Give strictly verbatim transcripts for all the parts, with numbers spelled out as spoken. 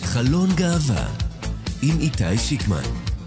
חלון גאווה עם איתי שיקמן.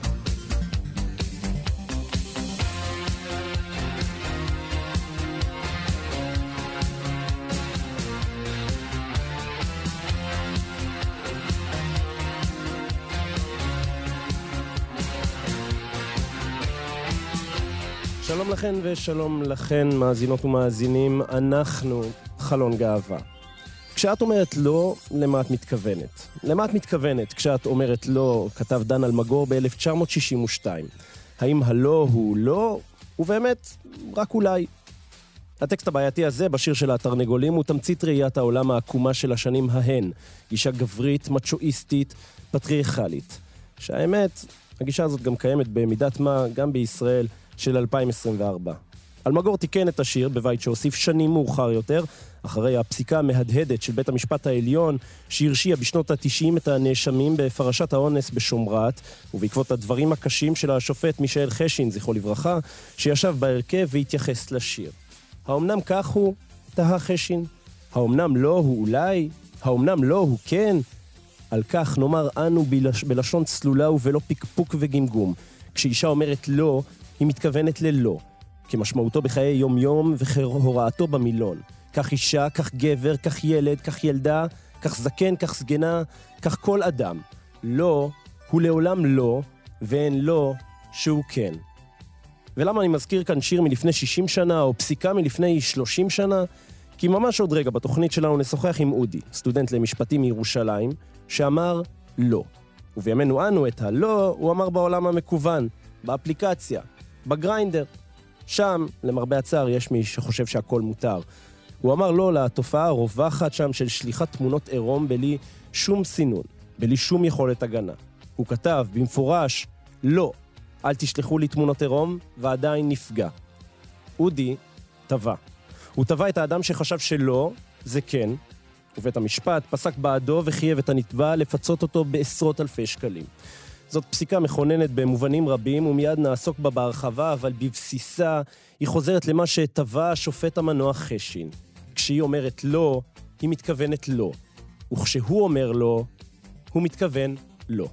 שלום לכן ושלום לכן, מאזינות ומאזינים, אנחנו חלון גאווה. כשאת אומרת לא, למה את מתכוונת? למה את מתכוונת כשאת אומרת לא, כתב דן אלמגור ב-אלף תשע מאות שישים ושתיים. האם הלא הוא לא, ובאמת, רק אולי. הטקסט הבעייתי הזה בשיר של התרנגולים הוא תמצית ראיית העולם העקומה של השנים ההן, גישה גברית, מצ'ואיסטית, פטריארכלית. שהאמת, הגישה הזאת גם קיימת במידת מה גם בישראל של אלפיים עשרים וארבע. אלמגור תיקן את השיר בבית שהוסיף שנים מאוחר יותר, אחרי הפסיקה המהדהדת של בית המשפט העליון, שהרשיע בשנות ה-תשעים את הנאשמים בפרשת האונס בשומרת, ובעקבות הדברים הקשים של השופט מישאל חשין, זכרו לברכה, שישב בהרכב והתייחס לשיר. האומנם כך הוא? תהה חשין. האומנם לא הוא אולי? האומנם לא הוא כן? על כך נאמר אנו בלש... בלשון צלולה ובלא פקפוק וגמגום. כשאישה אומרת לא, היא מתכוונת ללא, כמשמעותו בחיי יום-יום וכהוראתו במילון. כך אישה, כך גבר, כך ילד, כך ילדה, כך זקן, כך סגנה, כך כל אדם. לא, הוא לעולם לא, ואין לא שהוא כן. ולמה אני מזכיר כאן שיר מלפני שישים שנה, או פסיקה מלפני שלושים שנה? כי ממש עוד רגע בתוכנית שלנו נשוחח עם אודי, סטודנט למשפטים מירושלים, שאמר לא. ובימינו אנו את הלא, הוא אמר בעולם המקוון, באפליקציה, בגריינדר. שם, למרבה הצער, יש מי שחושב שהכל מותר. הוא אמר לא לתופעה הרווחת שם של שליחת תמונות עירום בלי שום סינון, בלי שום יכולת הגנה. הוא כתב במפורש, לא, אל תשלחו לי תמונות עירום, ועדיין נפגע. אודי טבע. הוא טבע את האדם שחשב שלא, זה כן, ובית המשפט פסק בעדו וחייב את הנתבע לפצות אותו בעשרות אלפי שקלים. זאת פסיקה מכוננת במובנים רבים, ומיד נעסוק בה בהרחבה, אבל בבסיסה היא חוזרת למה שטבע השופט המנוח חשין. כשהיא אומרת לא, היא מתכוונת לא. וכשהוא אומר לא, הוא מתכוון לא.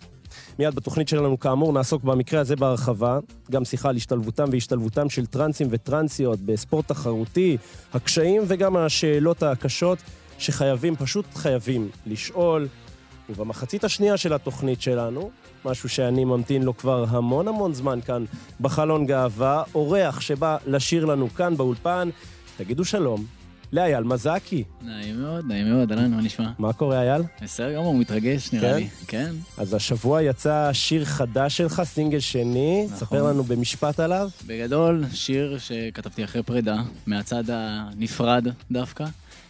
מיד בתוכנית שלנו כאמור נעסוק במקרה הזה בהרחבה, גם שיחה על השתלבותם והשתלבותם של טרנסים וטרנסיות בספורט תחרותי, הקשיים וגם השאלות הקשות שחייבים, פשוט חייבים לשאול. ובמחצית השנייה של התוכנית שלנו, משהו שאני ממתין לו כבר המון המון זמן כאן בחלון גאווה, אורח שבא לשיר לנו כאן באולפן, תגידו שלום, לאייל מזקי. נעים מאוד, נעים מאוד, אלן, מה נשמע? מה קורה אייל? בסדר גמור, הוא מתרגש נראה כן? לי, כן. אז השבוע יצא שיר חדש שלך, סינגל שני, נכון. תספר לנו במשפט עליו. בגדול, שיר שכתבתי אחרי פרידה, מהצד הנפרד דווקא.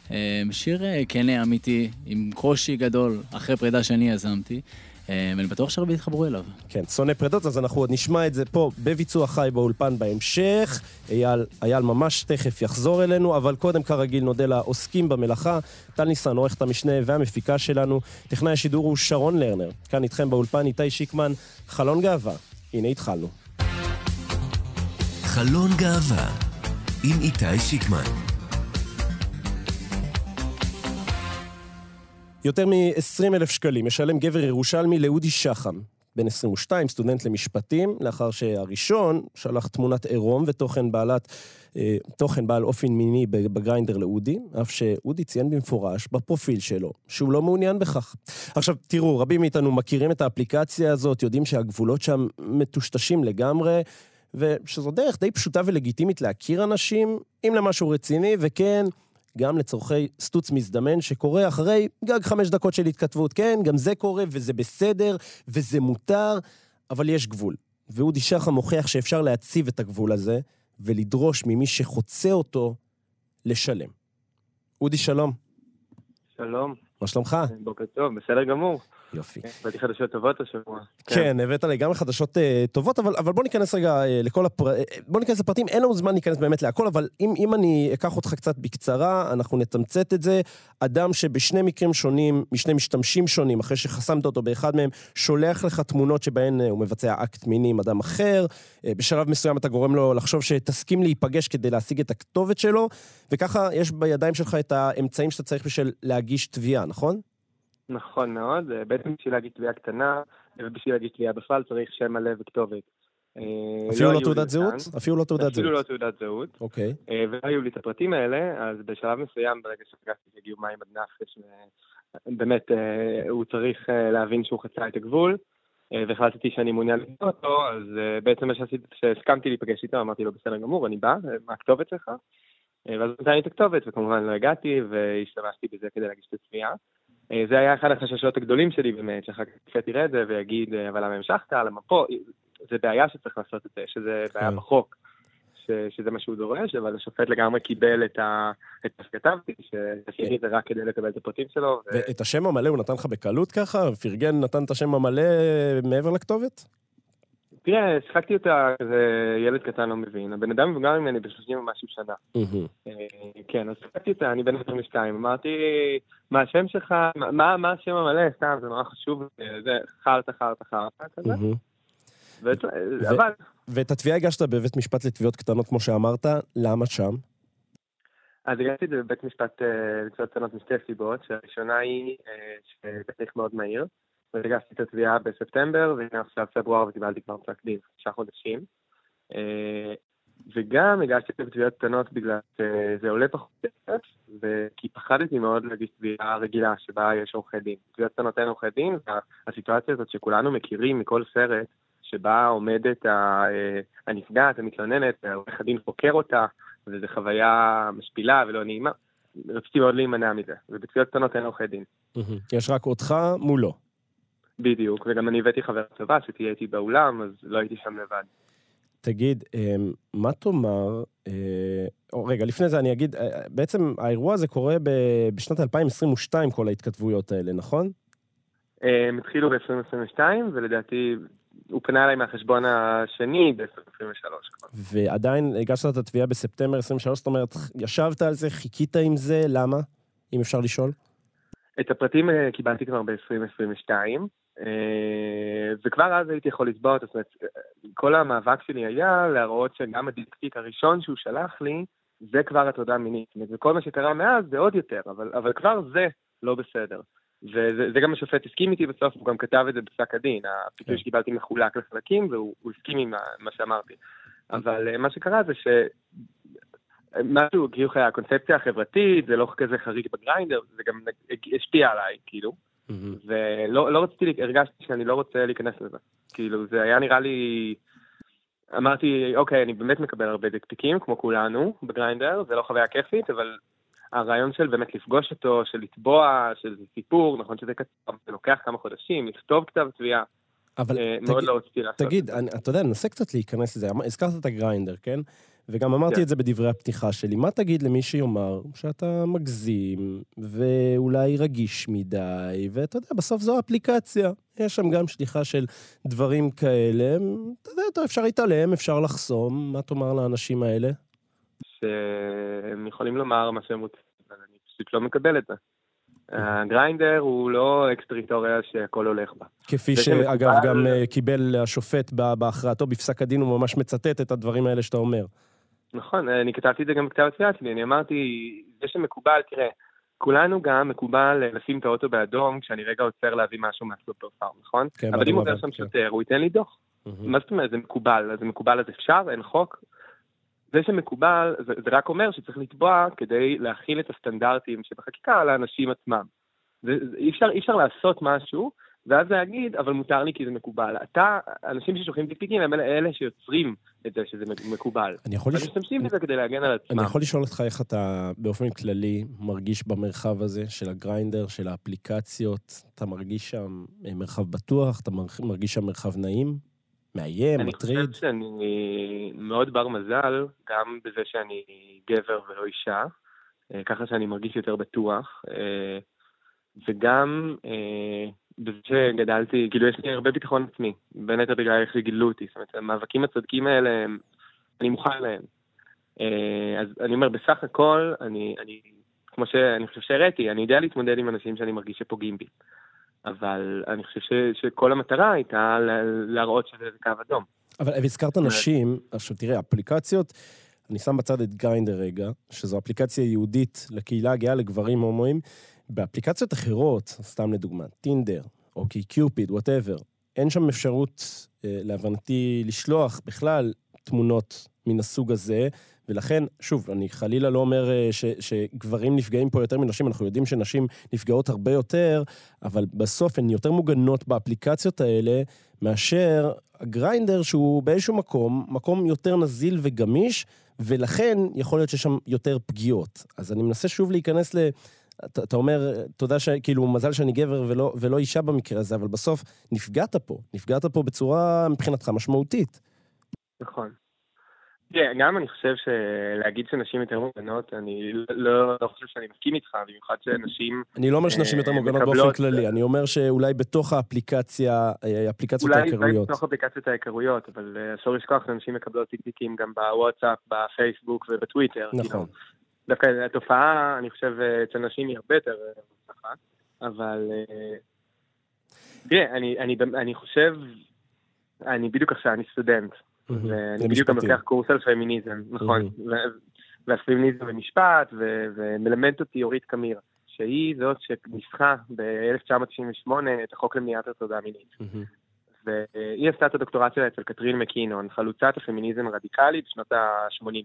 שיר כנה אמיתי, עם קושי גדול, אחרי פרידה שאני יזמתי, ואני בטוח שהרבה יתחברו אליו. כן, שונא פרידות, אז אנחנו עוד נשמע את זה פה בביצוע חי באולפן בהמשך. אייל, אייל ממש תכף יחזור אלינו, אבל קודם כרגיל נודה לעוסקים במלאכה. טל ניסן, עורכת המשנה והמפיקה שלנו. טכנאי השידור הוא שרון לרנר. כאן איתכם באולפן איתי שיקמן, חלון גאווה. הנה התחלנו. חלון גאווה עם איתי שיקמן. יותר מ-עשרים אלף שקלים משלם גבר ירושלמי לאודי שחם, בן עשרים ושתיים, סטודנט למשפטים, לאחר שהראשון שלח תמונת עירום ותוכן בעלת, אה, תוכן בעל אופן מיני בגריינדר לאודי, אף שאודי ציין במפורש בפרופיל שלו, שהוא לא מעוניין בכך. עכשיו, תראו, רבים מאיתנו מכירים את האפליקציה הזאת, יודעים שהגבולות שם מטושטשים לגמרי, ושזו דרך די פשוטה ולגיטימית להכיר אנשים, אם למשהו רציני, וכן, גם לצורכי סטוץ מזדמן שקורה אחרי גג חמש דקות של התכתבות. כן, גם זה קורה וזה בסדר וזה מותר, אבל יש גבול. ואודי שחם מוכיח שאפשר להציב את הגבול הזה ולדרוש ממי שחוצה אותו לשלם. אודי, שלום. שלום. מה שלומך? בוקר טוב, בסדר גמור. יופי. הבאתי חדשות טובות השבוע. כן, הבאת לי גם חדשות טובות, אבל, אבל בוא ניכנס רגע לכל הפר... בוא ניכנס לפרטים, אין לנו זמן להיכנס באמת להכל, אבל אם, אם אני אקח אותך קצת בקצרה, אנחנו נתמצת את זה. אדם שבשני מקרים שונים, משני משתמשים שונים, אחרי שחסמת אותו באחד מהם, שולח לך תמונות שבהן הוא מבצע אקט מיני עם אדם אחר, בשלב מסוים אתה גורם לו לחשוב שתסכים להיפגש כדי להשיג את הכתובת שלו, וככה יש בידיים שלך את האמצעים שאתה צריך בשביל להגיש תביעה, נכון? נכון מאוד. בעצם בשביל להגיש תביעה קטנה, ובשביל להגיש תביעה בכלל צריך שם מלא וכתובת. אפילו לא תעודת זהות? אפילו לא תעודת זהות. אפילו לא תעודת זהות. אוקיי. ולא היו לי את הפרטים האלה, אז בשלב מסוים, ברגע שפגשתי שהגיעו מים עד נפש, באמת הוא צריך להבין שהוא חצה את הגבול, והחלטתי שאני מעוניין לקרוא אותו, אז בעצם מה שעשיתי, שהסכמתי להיפגש איתו, אמרתי לו בסדר גמור, אני בא, מה הכתובת שלך? ואז נתן לי את הכתובת, וכמובן לא הגעתי, והשתמשתי בזה כדי להגיש את התביעה. זה היה אחד החששות הגדולים שלי באמת, שאחר כך תראה את זה ויגיד, אבל למה המשכת, למה פה? זה בעיה שצריך לעשות את זה, שזה בעיה בחוק, שזה מה שהוא דורש, אבל השופט לגמרי קיבל את מה שכתבתי, שעשיתי את זה רק כדי לקבל את הפרטים שלו. ואת השם המלא הוא נתן לך בקלות ככה? פרגן נתן את השם המלא מעבר לכתובת? תראה, שחקתי אותה כזה ילד קטן לא מבין. הבן אדם מבוגר ממני ב-שלושים ומשהו שנה. כן, אז שחקתי אותה, אני בן עשרים ושתיים. אמרתי, מה השם שלך? מה השם המלא? סתם, זה נורא חשוב. זה חרטה, חרטה, חרטה כזה. אבל... ואת התביעה הגשת בבית משפט לתביעות קטנות, כמו שאמרת, למה שם? אז הגשתי את זה בבית משפט לתביעות קטנות משתי סיבות, שהראשונה היא שתהליך מאוד מהיר. והגשתי את התביעה בספטמבר, והנה עכשיו פברואר וקיבלתי כבר פסק דין, שישה חודשים. וגם הגשתי את התביעות קטנות בגלל שזה עולה פחות כסף, וכי פחדתי מאוד להגיש תביעה רגילה שבה יש עורכי דין. תביעות קטנות אין עורכי דין, והסיטואציה הזאת שכולנו מכירים מכל סרט, שבה עומדת הנפגעת, המתלוננת, והעורך הדין חוקר אותה, וזו חוויה משפילה ולא נעימה. רציתי מאוד להימנע מזה, ובתביעות קטנות אין עורכי דין. יש רק אותך מולו. בדיוק, וגם אני הבאתי חבר צבא שתהיה איתי באולם, אז לא הייתי שם לבד. תגיד, מה תאמר, או רגע, לפני זה אני אגיד, בעצם האירוע הזה קורה בשנת אלפיים עשרים ושתיים, כל ההתכתבויות האלה, נכון? הם התחילו ב-עשרים עשרים ושתיים, ולדעתי הוא פנה אליי מהחשבון השני ב-עשרים עשרים ושלוש. ועדיין הגשת את התביעה בספטמבר עשרים ושלוש, זאת אומרת, ישבת על זה, חיכית עם זה, למה? אם אפשר לשאול? את הפרטים קיבלתי כבר ב-עשרים עשרים ושתיים, וכבר אז הייתי יכול לסבור, זאת אומרת, כל המאבק שלי היה להראות שגם הדיסקטיק הראשון שהוא שלח לי, זה כבר הטרדה מינית. וכל מה שקרה מאז זה עוד יותר, אבל, אבל כבר זה לא בסדר. וזה גם השופט הסכים איתי בסוף, הוא גם כתב את זה בפסק הדין, הפיתוי שקיבלתי מחולק לחלקים, והוא הסכים עם מה שאמרתי. אבל מה שקרה זה ש... משהו, כאילו, הקונספציה החברתית, זה לא כזה חריג בגריינדר, זה גם השפיע עליי, כאילו. ולא לא רציתי, הרגשתי שאני לא רוצה להיכנס לזה. כאילו, זה היה נראה לי... אמרתי, אוקיי, אני באמת מקבל הרבה דקפיקים, כמו כולנו, בגריינדר, זה לא חוויה כיפית, אבל הרעיון של באמת לפגוש אותו, של לטבוע, של סיפור, נכון שזה כתב, זה לוקח כמה חודשים, לכתוב כתב תביעה. אבל מאוד לא רציתי לעשות. תגיד, אתה יודע, ננסה קצת להיכנס לזה. הזכרת את הגריינדר, כן? וגם אמרתי את זה בדברי הפתיחה שלי. מה תגיד למי שיאמר שאתה מגזים, ואולי רגיש מדי, ואתה יודע, בסוף זו אפליקציה. יש שם גם שליחה של דברים כאלה. אתה יודע, אפשר להתעלם, אפשר לחסום. מה תאמר לאנשים האלה? שהם יכולים לומר מה שהם רוצים, אבל אני פשוט לא מקבל את זה. הגריינדר הוא לא אקסטריטוריה שהכל הולך בה. כפי שאגב גם קיבל השופט בהכרעתו בפסק הדין, הוא ממש מצטט את הדברים האלה שאתה אומר. נכון, אני כתבתי את זה גם בכתב התביעה שלי, אני אמרתי, זה שמקובל, תראה, כולנו גם מקובל לשים את האוטו באדום, כשאני רגע עוצר להביא משהו מהסופר פארם, נכון? אבל אם עובר שם שוטר, הוא ייתן לי דוח. מה זאת אומרת, זה מקובל, זה מקובל אז אפשר, אין חוק. זה שמקובל, זה, זה רק אומר שצריך לתבוע כדי להכיל את הסטנדרטים שבחקיקה על האנשים עצמם. זה, זה, אי אפשר, אי אפשר לעשות משהו, ואז להגיד, אבל מותר לי כי זה מקובל. אתה, אנשים ששולחים דקפיקים, הם אלה, אלה שיוצרים את זה שזה מקובל. אני יכול לשאול... משתמשים בזה כדי להגן על עצמם. אני יכול לשאול אותך איך אתה באופן כללי מרגיש במרחב הזה של הגריינדר, של האפליקציות, אתה מרגיש שם מרחב בטוח, אתה מרגיש שם מרחב נעים? מאיים, מטריד? אני חושב שאני מאוד בר מזל, גם בזה שאני גבר ולא אישה, ככה שאני מרגיש יותר בטוח, וגם בזה שגדלתי, כאילו יש לי הרבה ביטחון עצמי, בין היתר בגלל איך שגילו אותי, זאת אומרת, המאבקים הצודקים האלה, אני מוכן להם. אז אני אומר, בסך הכל, אני, אני, כמו שאני חושב שהראיתי, אני יודע להתמודד עם אנשים שאני מרגיש שפוגעים בי. אבל אני חושב ש, שכל המטרה הייתה להראות שזה קו אדום. אבל הזכרת נשים, עכשיו תראה, אפליקציות, אני שם בצד את גריינדר רגע, שזו אפליקציה יהודית לקהילה הגאה לגברים הומואים, באפליקציות אחרות, סתם לדוגמה, טינדר, או קיופיד, whatever, אין שם אפשרות, להבנתי, לשלוח בכלל תמונות מן הסוג הזה, ולכן, שוב, אני חלילה לא אומר ש, שגברים נפגעים פה יותר מנשים, אנחנו יודעים שנשים נפגעות הרבה יותר, אבל בסוף הן יותר מוגנות באפליקציות האלה, מאשר הגריינדר שהוא באיזשהו מקום, מקום יותר נזיל וגמיש, ולכן יכול להיות שיש שם יותר פגיעות. אז אני מנסה שוב להיכנס ל... אתה, אתה אומר, תודה שכאילו מזל שאני גבר ולא, ולא אישה במקרה הזה, אבל בסוף נפגעת פה, נפגעת פה בצורה מבחינתך משמעותית. נכון. כן, גם אני חושב שלהגיד שנשים יותר מוגנות, אני לא, לא חושב שאני מסכים איתך, במיוחד שנשים... אני לא אומר שנשים יותר מוגנות באופן כללי, אני אומר שאולי בתוך האפליקציה, אפליקציות ההיכרויות. אולי בתוך אפליקציות ההיכרויות, אבל אסור לשכוח שאנשים מקבלות טיקטוקים גם בוואטסאפ, בפייסבוק ובטוויטר. נכון. דווקא התופעה, אני חושב, אצל נשים היא הרבה יותר מוצלחת, אבל... תראה, אני, אני, אני חושב, אני בדיוק עכשיו, אני סטודנט, ואני בדיוק גם לוקח קורס על פמיניזם, נכון, והפמיניזם במשפט, ומלמד אותי אורית קמיר, שהיא זאת שניסחה ב-אלף תשע מאות תשעים ושמונה את החוק למניעת הטרדה מינית. והיא עשתה את הדוקטורט שלה אצל קטרין מקינון, חלוצת הפמיניזם הרדיקלי בשנות ה-שמונים.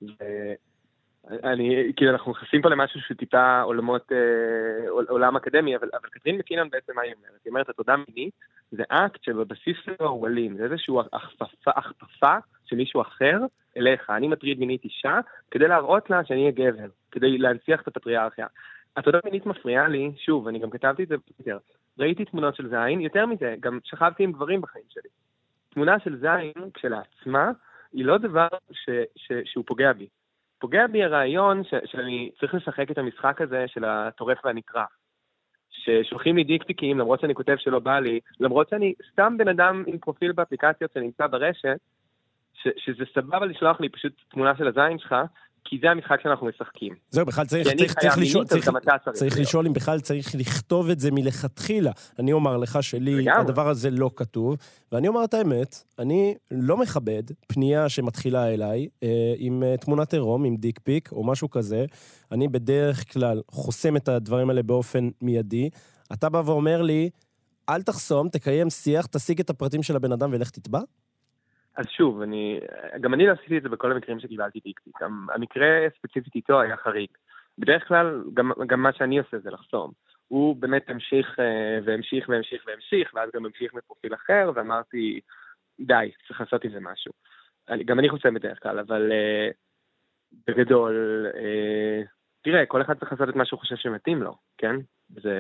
אני, כאילו אנחנו נכנסים פה למשהו שטיפה עולמות, עולם אקדמי, אבל, אבל קטרין מקינון בעצם מה היא אומרת? היא אומרת, הטרדה מינית זה אקט שבבסיס שלו הוא אלים, זה איזשהו הכפפה, הכפפה של מישהו אחר אליך. אני מטריד מינית אישה כדי להראות לה שאני אהיה גבר, כדי להנציח את הפטריארכיה. הטרדה מינית מפריעה לי, שוב, אני גם כתבתי את זה יותר, ראיתי תמונות של זין, יותר מזה, גם שכבתי עם גברים בחיים שלי. תמונה של זין כשלעצמה היא לא דבר ש, ש, שהוא פוגע בי. פוגע בי הרעיון ש, שאני צריך לשחק את המשחק הזה של הטורף והנטרף. ששולחים לי דיקפיקים, למרות שאני כותב שלא בא לי, למרות שאני סתם בן אדם עם פרופיל באפליקציות שנמצא ברשת, ש, שזה סבבה לשלוח לי פשוט תמונה של הזין שלך, כי זה המשחק שאנחנו משחקים. זהו, בכלל צריך, צריך, צריך, לשאול, צריך, צריך, צריך לשאול אם בכלל צריך לכתוב את זה מלכתחילה. אני אומר לך שלי, וגם. הדבר הזה לא כתוב, ואני אומר את האמת, אני לא מכבד פנייה שמתחילה אליי, אה, עם תמונת עירום, עם דיק פיק או משהו כזה. אני בדרך כלל חוסם את הדברים האלה באופן מיידי. אתה בא ואומר לי, אל תחסום, תקיים שיח, תשיג את הפרטים של הבן אדם ולך תתבע? אז שוב, אני, גם אני לא עשיתי את זה בכל המקרים שקיבלתי דיקטיק. המקרה ספציפית איתו היה חריג. בדרך כלל, גם, גם מה שאני עושה זה לחסום. הוא באמת המשיך והמשיך והמשיך והמשיך, ואז גם המשיך מפרופיל אחר, ואמרתי, די, צריך לעשות עם זה משהו. גם אני חוסם בדרך כלל, אבל uh, בגדול, uh, תראה, כל אחד צריך לעשות את מה שהוא חושב שמתאים לו, כן? זה,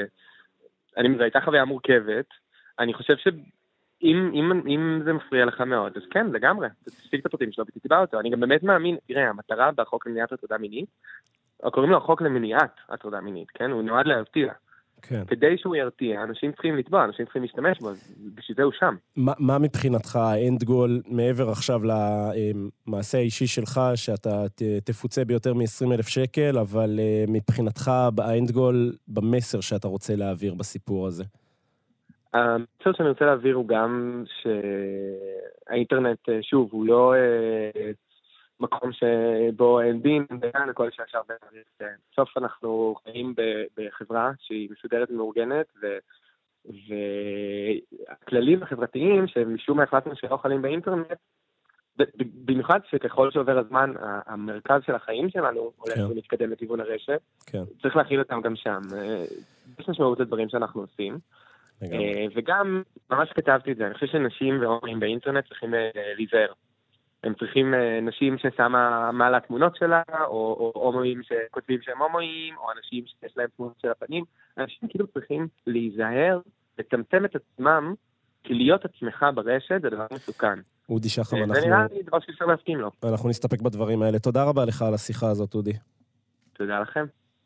אני, זו הייתה חוויה מורכבת. אני חושב ש... אם, אם, אם זה מפריע לך מאוד, אז כן, לגמרי, תספיק את הפרטים שלו ותתבע אותו. אני גם באמת מאמין, תראה, המטרה בחוק למניעת הטרדה מינית, קוראים לו החוק למניעת הטרדה מינית, כן? הוא נועד להרתיע. כן. כדי שהוא ירתיע, אנשים צריכים לתבוע, אנשים צריכים להשתמש בו, בשביל זה הוא שם. מה, מה מבחינתך האנד גול, מעבר עכשיו למעשה האישי שלך, שאתה תפוצה ביותר מ-עשרים אלף שקל, אבל מבחינתך האנד גול במסר שאתה רוצה להעביר בסיפור הזה? המסר שאני רוצה להעביר הוא גם שהאינטרנט, שוב, הוא לא מקום שבו אין דין, אין לכל שעכשיו בין. בסוף אנחנו חיים בחברה שהיא מסודרת ומאורגנת, והכללים החברתיים שמשום מה החלטנו שלא חלים באינטרנט, במיוחד שככל שעובר הזמן, המרכז של החיים שלנו הולך ומתקדם לכיוון הרשת, צריך להכיל אותם גם שם. יש משמעות לדברים שאנחנו עושים. וגם, ממש כתבתי את זה, אני חושב שנשים והומואים באינטרנט צריכים להיזהר. הם צריכים נשים ששמה מעלה תמונות שלה, או הומואים שכותבים שהם הומואים, או אנשים שיש להם תמונות של הפנים. אנשים כאילו צריכים להיזהר, לצמצם את עצמם, כי להיות עצמך ברשת זה דבר מסוכן. אודי שחם, אנחנו... זה נראה לי דבר שאפשר להסכים לו. אנחנו נסתפק בדברים האלה. תודה רבה לך על השיחה הזאת, אודי. תודה לכם.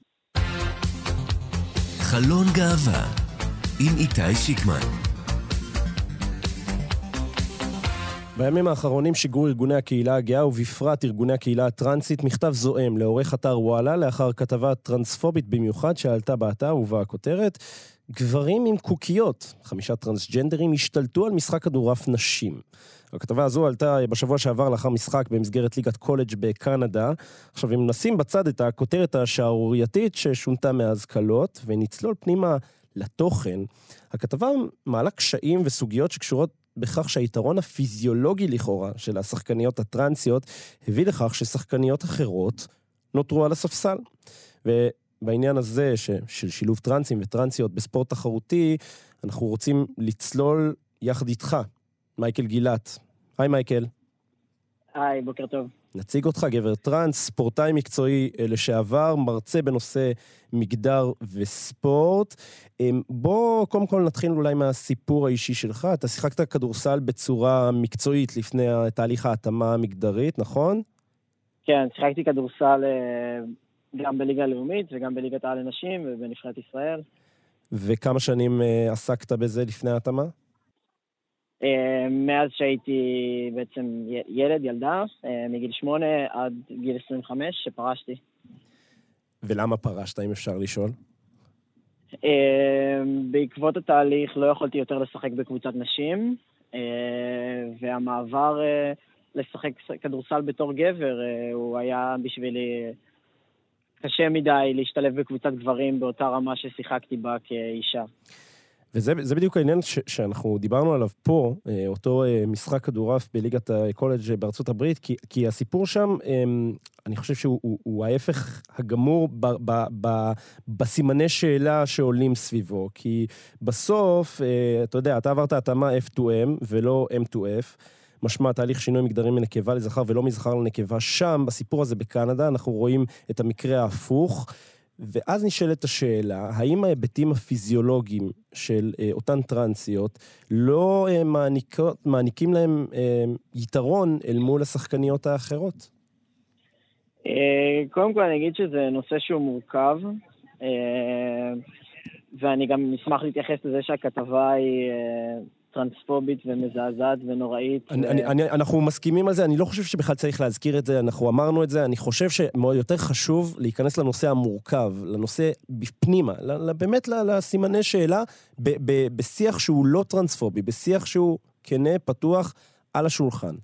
חלון גאווה עם איתי שיקמן. בימים האחרונים שיגרו ארגוני הקהילה הגאה ובפרט ארגוני הקהילה הטרנסית מכתב זועם לעורך אתר וואלה לאחר כתבה טרנספובית במיוחד שעלתה באתר ובה הכותרת גברים עם קוקיות, חמישה טרנסג'נדרים השתלטו על משחק כדורעף נשים. הכתבה הזו עלתה בשבוע שעבר לאחר משחק במסגרת ליגת קולג' בקנדה. עכשיו אם נשים בצד את הכותרת השערורייתית ששונתה מאז קלות ונצלול פנימה לתוכן, הכתבה מעלה קשיים וסוגיות שקשורות בכך שהיתרון הפיזיולוגי לכאורה של השחקניות הטרנסיות הביא לכך ששחקניות אחרות נותרו על הספסל. ובעניין הזה ש, של שילוב טרנסים וטרנסיות בספורט תחרותי, אנחנו רוצים לצלול יחד איתך, מייקל גילת. היי מייקל. היי, בוקר טוב. נציג אותך, גבר טרנס, ספורטאי מקצועי לשעבר, מרצה בנושא מגדר וספורט. בוא קודם כל נתחיל אולי מהסיפור האישי שלך. אתה שיחקת כדורסל בצורה מקצועית לפני תהליך ההתאמה המגדרית, נכון? כן, שיחקתי כדורסל גם בליגה הלאומית וגם בליגת העל לנשים ובנבחרת ישראל. וכמה שנים עסקת בזה לפני ההתאמה? מאז שהייתי בעצם ילד, ילדה, מגיל שמונה עד גיל עשרים וחמש, שפרשתי. ולמה פרשת, אם אפשר לשאול? בעקבות התהליך לא יכולתי יותר לשחק בקבוצת נשים, והמעבר לשחק כדורסל בתור גבר, הוא היה בשבילי קשה מדי להשתלב בקבוצת גברים באותה רמה ששיחקתי בה כאישה. וזה זה בדיוק העניין ש, שאנחנו דיברנו עליו פה, אותו משחק כדורעף בליגת הקולג' בארצות הברית, כי, כי הסיפור שם, אני חושב שהוא הוא, הוא ההפך הגמור ב, ב, ב, בסימני שאלה שעולים סביבו, כי בסוף, אתה יודע, אתה עברת התאמה אף טו אם ולא אם טו אף, משמע תהליך שינוי מגדרי מנקבה לזכר ולא מזכר לנקבה. שם, בסיפור הזה בקנדה, אנחנו רואים את המקרה ההפוך, ואז נשאלת השאלה, האם ההיבטים הפיזיולוגיים של אה, אותן טרנסיות לא אה, מעניקות, מעניקים להם אה, יתרון אל מול השחקניות האחרות? אה, קודם כל אני אגיד שזה נושא שהוא מורכב, אה, ואני גם נשמח להתייחס לזה שהכתבה היא אה, טרנספובית ומזעזעת ונוראית. אני, ו... אני, אני, אנחנו מסכימים על זה, אני לא חושב שבכלל צריך להזכיר את זה, אנחנו אמרנו את זה, אני חושב שיותר חשוב להיכנס לנושא המורכב, לנושא בפנימה, באמת לסימני שאלה, ב, ב, בשיח שהוא לא טרנספובי, בשיח שהוא כנה, פתוח, על השולחן.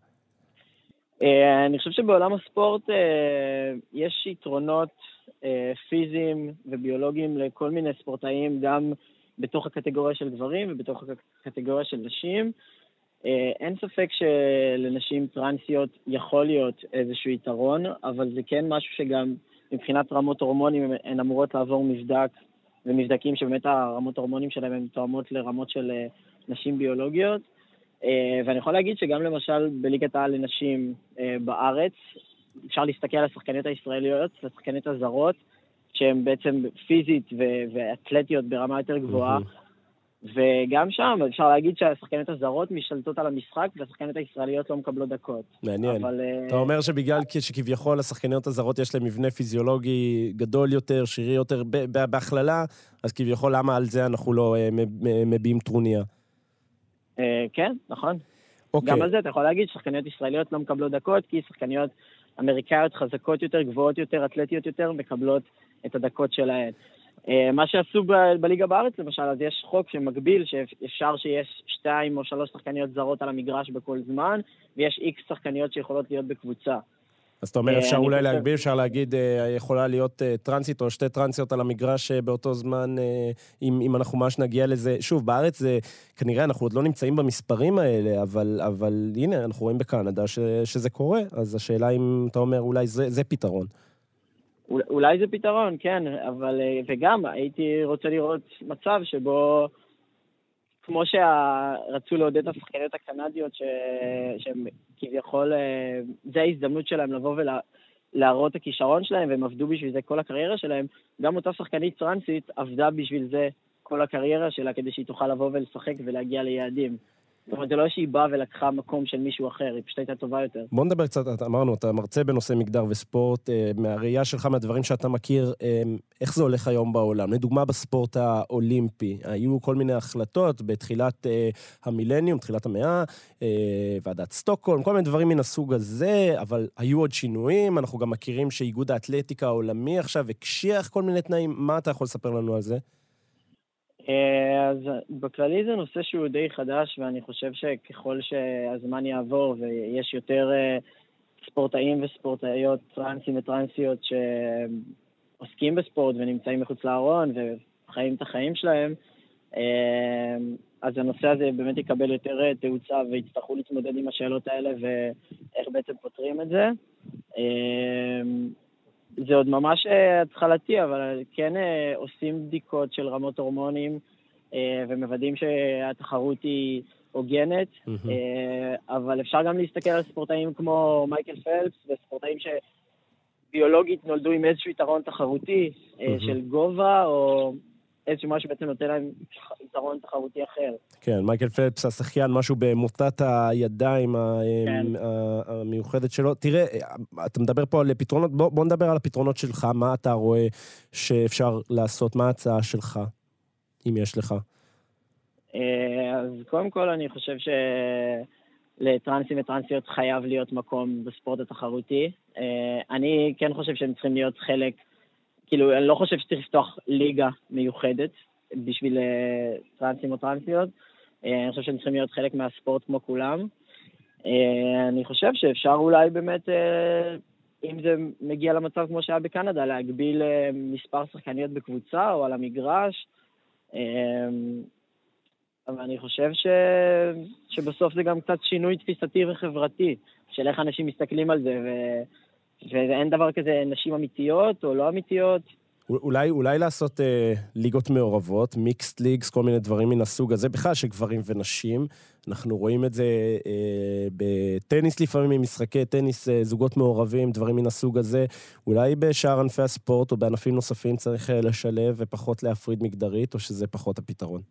אני חושב שבעולם הספורט יש יתרונות פיזיים וביולוגיים לכל מיני ספורטאים, גם בתוך הקטגוריה של גברים ובתוך הקטגוריה של נשים. אין ספק שלנשים טרנסיות יכול להיות איזשהו יתרון, אבל זה כן משהו שגם מבחינת רמות הורמונים הן אמורות לעבור מבדק, ומבדקים שבאמת הרמות הורמונים שלהם הן תואמות לרמות של נשים ביולוגיות. ואני יכול להגיד שגם למשל בליגת העל לנשים בארץ, אפשר להסתכל על השחקניות הישראליות, השחקניות הזרות, שהן בעצם פיזית ו- ואתלטיות ברמה יותר גבוהה, mm-hmm. וגם שם אפשר להגיד שהשחקניות הזרות משתלטות על המשחק, והשחקניות הישראליות לא מקבלות דקות. מעניין. אבל... אתה אומר שבגלל שכביכול השחקניות הזרות יש להם מבנה פיזיולוגי גדול יותר, שירי יותר, בהכללה, אז כביכול למה על זה אנחנו לא מביעים טרוניה? כן, נכון. Okay. גם על זה אתה יכול להגיד ששחקניות ישראליות לא מקבלות דקות, כי שחקניות אמריקאיות חזקות יותר, גבוהות יותר, אתלטיות יותר, מקבלות את הדקות שלהן. מה שעשו ב- בליגה בארץ למשל, אז יש חוק שמגביל שאפשר שיש שתיים או שלוש שחקניות זרות על המגרש בכל זמן, ויש איקס שחקניות שיכולות להיות בקבוצה. אז אתה אומר, אפשר אולי להגביל, אפשר להגיד, יכולה להיות טרנסית או שתי טרנסיות על המגרש באותו זמן, אם, אם אנחנו ממש נגיע לזה. שוב, בארץ זה, כנראה אנחנו עוד לא נמצאים במספרים האלה, אבל, אבל הנה, אנחנו רואים בקנדה ש, שזה קורה, אז השאלה אם אתה אומר, אולי זה, זה פתרון. אולי זה פתרון, כן, אבל, וגם הייתי רוצה לראות מצב שבו, כמו שרצו לעודד את השחקניות הקנדיות, שהם כביכול, זה ההזדמנות שלהם לבוא ולהראות את הכישרון שלהם, והם עבדו בשביל זה כל הקריירה שלהם, גם אותה שחקנית טרנסית עבדה בשביל זה כל הקריירה שלה, כדי שהיא תוכל לבוא ולשחק ולהגיע ליעדים. זאת אומרת, זה לא שהיא באה ולקחה מקום של מישהו אחר, היא פשוט הייתה טובה יותר. בוא נדבר קצת, אמרנו, אתה מרצה בנושא מגדר וספורט, מהראייה שלך, מהדברים שאתה מכיר, איך זה הולך היום בעולם? לדוגמה, בספורט האולימפי, היו כל מיני החלטות בתחילת המילניום, תחילת המאה, ועדת סטוקהולם, כל מיני דברים מן הסוג הזה, אבל היו עוד שינויים, אנחנו גם מכירים שאיגוד האתלטיקה העולמי עכשיו הקשיח כל מיני תנאים, מה אתה יכול לספר לנו על זה? אז בכללי זה נושא שהוא די חדש, ואני חושב שככל שהזמן יעבור ויש יותר ספורטאים וספורטאיות, טרנסים וטרנסיות שעוסקים בספורט ונמצאים מחוץ לארון וחיים את החיים שלהם, אז הנושא הזה באמת יקבל יותר תאוצה ויצטרכו להתמודד עם השאלות האלה ואיך בעצם פותרים את זה. זה עוד ממש התחלתי, אבל כן עושים בדיקות של רמות הורמונים ומוודאים שהתחרות היא הוגנת, אבל אפשר גם להסתכל על ספורטאים כמו מייקל פלפס וספורטאים שביולוגית נולדו עם איזשהו יתרון תחרותי של גובה או איזשהו משהו שבעצם נותן להם יתרון תחרותי אחר. כן, מייקל פלפס, השחיין, משהו במוטת הידיים המיוחדת שלו. תראה, אתה מדבר פה על פתרונות, בוא, בוא נדבר על הפתרונות שלך, מה אתה רואה שאפשר לעשות, מה ההצעה שלך, אם יש לך? אז קודם כל אני חושב שלטרנסים וטרנסיות חייב להיות מקום בספורט התחרותי. אני כן חושב שהם צריכים להיות חלק, כאילו, אני לא חושב שצריך לפתוח ליגה מיוחדת בשביל טרנסים או טרנסיות. אני חושב שהם צריכים להיות חלק מהספורט כמו כולם. אני חושב שאפשר אולי באמת, אם זה מגיע למצב כמו שהיה בקנדה, להגביל מספר שחקניות בקבוצה או על המגרש. אבל אני חושב ש... שבסוף זה גם קצת שינוי תפיסתי וחברתי, של איך אנשים מסתכלים על זה, ו... ואין דבר כזה נשים אמיתיות או לא אמיתיות. אולי, אולי לעשות אה, ליגות מעורבות, מיקסט ליגס, כל מיני דברים מן הסוג הזה, בכלל של גברים ונשים. אנחנו רואים את זה אה, בטניס לפעמים, משחקי טניס, אה, זוגות מעורבים, דברים מן הסוג הזה. אולי בשאר ענפי הספורט או בענפים נוספים צריך אה, לשלב ופחות להפריד מגדרית, או שזה פחות הפתרון?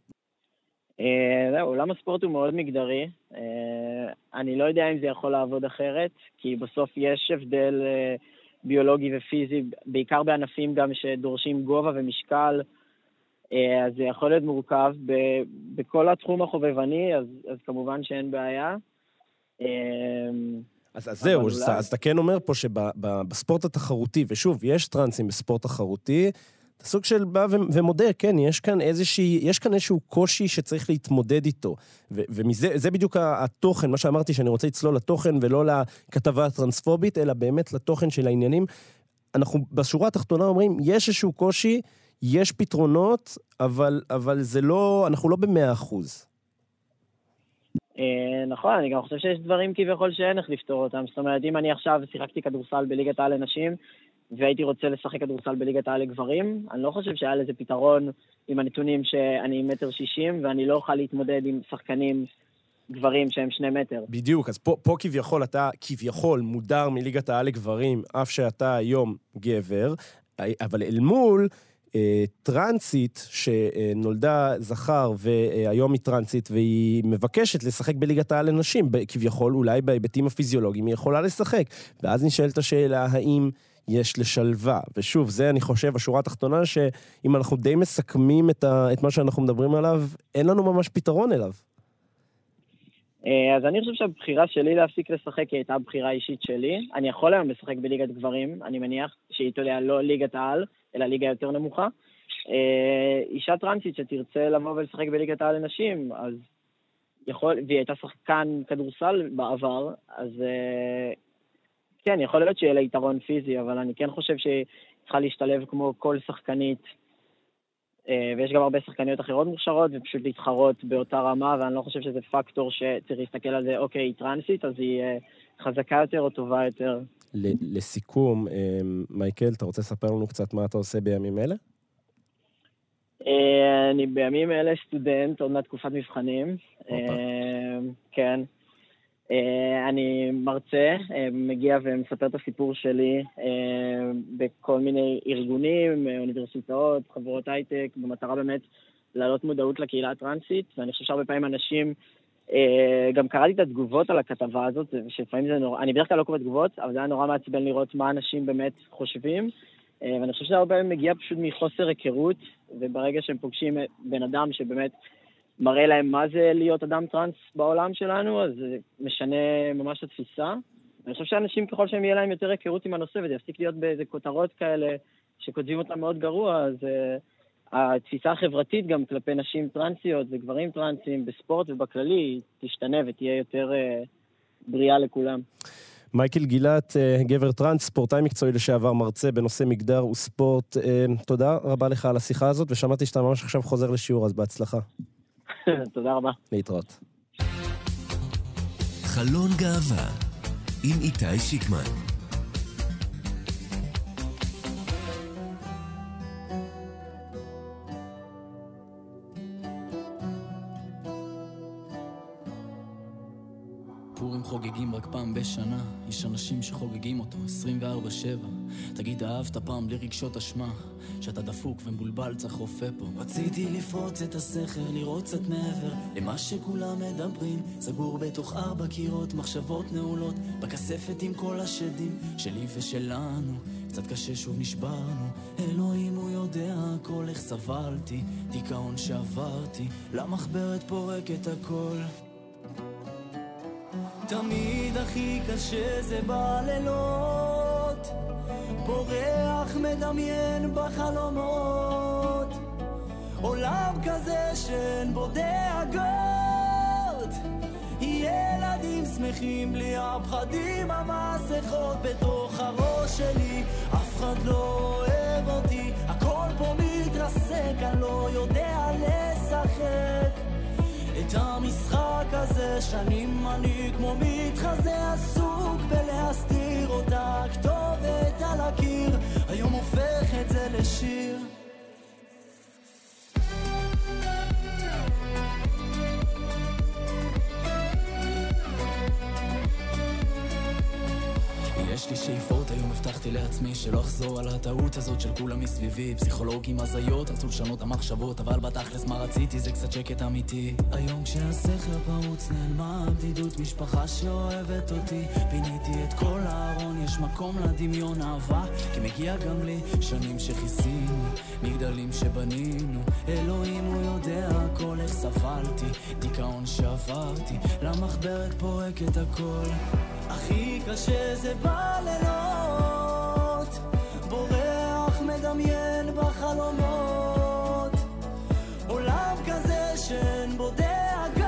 זהו, עולם הספורט הוא מאוד מגדרי. אני לא יודע אם זה יכול לעבוד אחרת, כי בסוף יש הבדל ביולוגי ופיזי, בעיקר בענפים גם שדורשים גובה ומשקל, אז זה יכול להיות מורכב. בכל התחום החובבני, אז, אז כמובן שאין בעיה. אז, אז זהו, אז, אז אתה כן אומר פה שבספורט התחרותי, ושוב, יש טרנסים בספורט תחרותי, אתה סוג של בא ומודה, כן, יש כאן איזושהי, יש כאן איזשהו קושי שצריך להתמודד איתו, ו- ומזה, זה בדיוק התוכן, מה שאמרתי, שאני רוצה לצלול לתוכן ולא לכתבה הטרנספובית, אלא באמת לתוכן של העניינים. אנחנו בשורה התחתונה אומרים, יש איזשהו קושי, יש פתרונות, אבל, אבל זה לא, אנחנו לא במאה אחוז. נכון, אני גם חושב שיש דברים כביכול שאין איך לפתור אותם. זאת אומרת, אם אני עכשיו שיחקתי כדורסל בליגת העל לנשים, והייתי רוצה לשחק כדורסל בליגת העל לגברים, אני לא חושב שהיה לזה פתרון עם הנתונים שאני מטר שישים, ואני לא אוכל להתמודד עם שחקנים גברים שהם שני מטר. בדיוק, אז פה, פה כביכול, אתה כביכול מודר מליגת העל לגברים, אף שאתה היום גבר, אבל אל מול אה, טרנסית שנולדה זכר והיום היא טרנסית, והיא מבקשת לשחק בליגת העל לנשים, כביכול אולי בהיבטים הפיזיולוגיים היא יכולה לשחק, ואז נשאלת השאלה האם יש לשלווה, ושוב, זה אני חושב, השורה התחתונה, שאם אנחנו די מסכמים את, ה, את מה שאנחנו מדברים עליו, אין לנו ממש פתרון אליו. אז אני חושב שהבחירה שלי להפסיק לשחק הייתה בחירה אישית שלי. אני יכול היום לשחק בליגת גברים, אני מניח שהיא תוליה לא ליגת העל, אלא ליגה יותר נמוכה. אישה טרנסית שתרצה לבוא ולשחק בליגת העל לנשים, אז יכול, והיא הייתה שחקן כדורסל בעבר, אז כן, יכול להיות שיהיה לה יתרון פיזי, אבל אני כן חושב שהיא צריכה להשתלב כמו כל שחקנית, ויש גם הרבה שחקניות אחרות מוכשרות, ופשוט להתחרות באותה רמה, ואני לא חושב שזה פקטור שצריך להסתכל על זה, אוקיי, היא טרנסית, אז היא חזקה יותר או טובה יותר. לסיכום, מייקל, אתה רוצה לספר לנו קצת מה אתה עושה בימים אלה? אני בימים אלה סטודנט, עוד מהתקופת מבחנים. כן. אני מרצה, מגיע ומספר את הסיפור שלי בכל מיני ארגונים, אוניברסיטאות, חברות הייטק, במטרה באמת להעלות מודעות לקהילה הטרנסית, ואני חושב שהרבה פעמים אנשים גם קראתי את התגובות על הכתבה הזאת, שלפעמים זה נורא, אני בדרך כלל לא קורא תגובות, אבל זה היה נורא מעצבן לראות מה אנשים באמת חושבים, ואני חושב שזה הרבה מגיע פשוט מחוסר היכרות, וברגע שהם פוגשים בן אדם שבאמת מראה להם מה זה להיות אדם טרנס בעולם שלנו, אז זה משנה ממש את התפיסה. אני חושב שאנשים ככל שהם יהיה להם יותר היכרות עם הנושא, וזה יפסיק להיות באיזה כותרות כאלה שכותבים אותם מאוד גרוע, אז uh, התפיסה החברתית גם כלפי נשים טרנסיות וגברים טרנסים בספורט ובכללי תשתנה ותהיה יותר uh, בריאה לכולם. מייקל גילת, גבר טרנס, ספורטאי מקצועי לשעבר, מרצה בנושא מגדר וספורט. תודה רבה לך על השיחה הזאת, ושמעתי שאתה ממש עכשיו חוזר לשיעור, אז בהצלחה. תודה רבה. להתראות. חלון גאווה עם איתי שיקמן. פורים חוגגים רק פעם בשנה, יש אנשים שחוגגים אותו עשרים וארבע שבע. תגיד, אהבת פעם בלי רגשות אשמה, שאתה דפוק ומבולבל צריך רופא פה. רציתי לפרוץ את הסכר, לראות קצת מעבר למה שכולם מדברים, סגור בתוך ארבע קירות, מחשבות נעולות בכספת עם כל השדים שלי ושלנו. קצת קשה שוב נשברנו, אלוהים הוא יודע הכל, איך סבלתי, דיכאון שעברתי, למחברת פורק את הכל. תמיד הכי קשה זה בלילות, בורח מדמיין בחלומות, עולם כזה שאין בו דאגות, ילדים שמחים בלי הפחדים, המסכות בתוך הראש שלי, אף אחד לא אוהב אותי, הכל פה מתרסק, אני לא יודע לשחק את המשחק הזה. שנים אני כמו מתחזה, עסוק בלהסתיר אותה, כתובת על הקיר, היום הופך את זה לשיר. יש לי שאיפות, היום הבטחתי לעצמי שלא אחזור על הטעות הזאת של כולם מסביבי, פסיכולוגים הזיות, רצו לשנות המחשבות, אבל בתכלס מה רציתי זה קצת שקט אמיתי. היום כשהסכר פרוץ נעלמה בדידות, משפחה שאוהבת אותי, פיניתי את כל הארון, יש מקום לדמיון אהבה, כי מגיע גם לי שנים שכיסינו, מגדלים שבנינו, אלוהים הוא יודע הכל, איך סבלתי, דיכאון שעברתי, למחברת פורק את הכל. הכי קשה זה בלילות, בורח מדמיין בחלומות, עולם כזה שאין בו דאגות,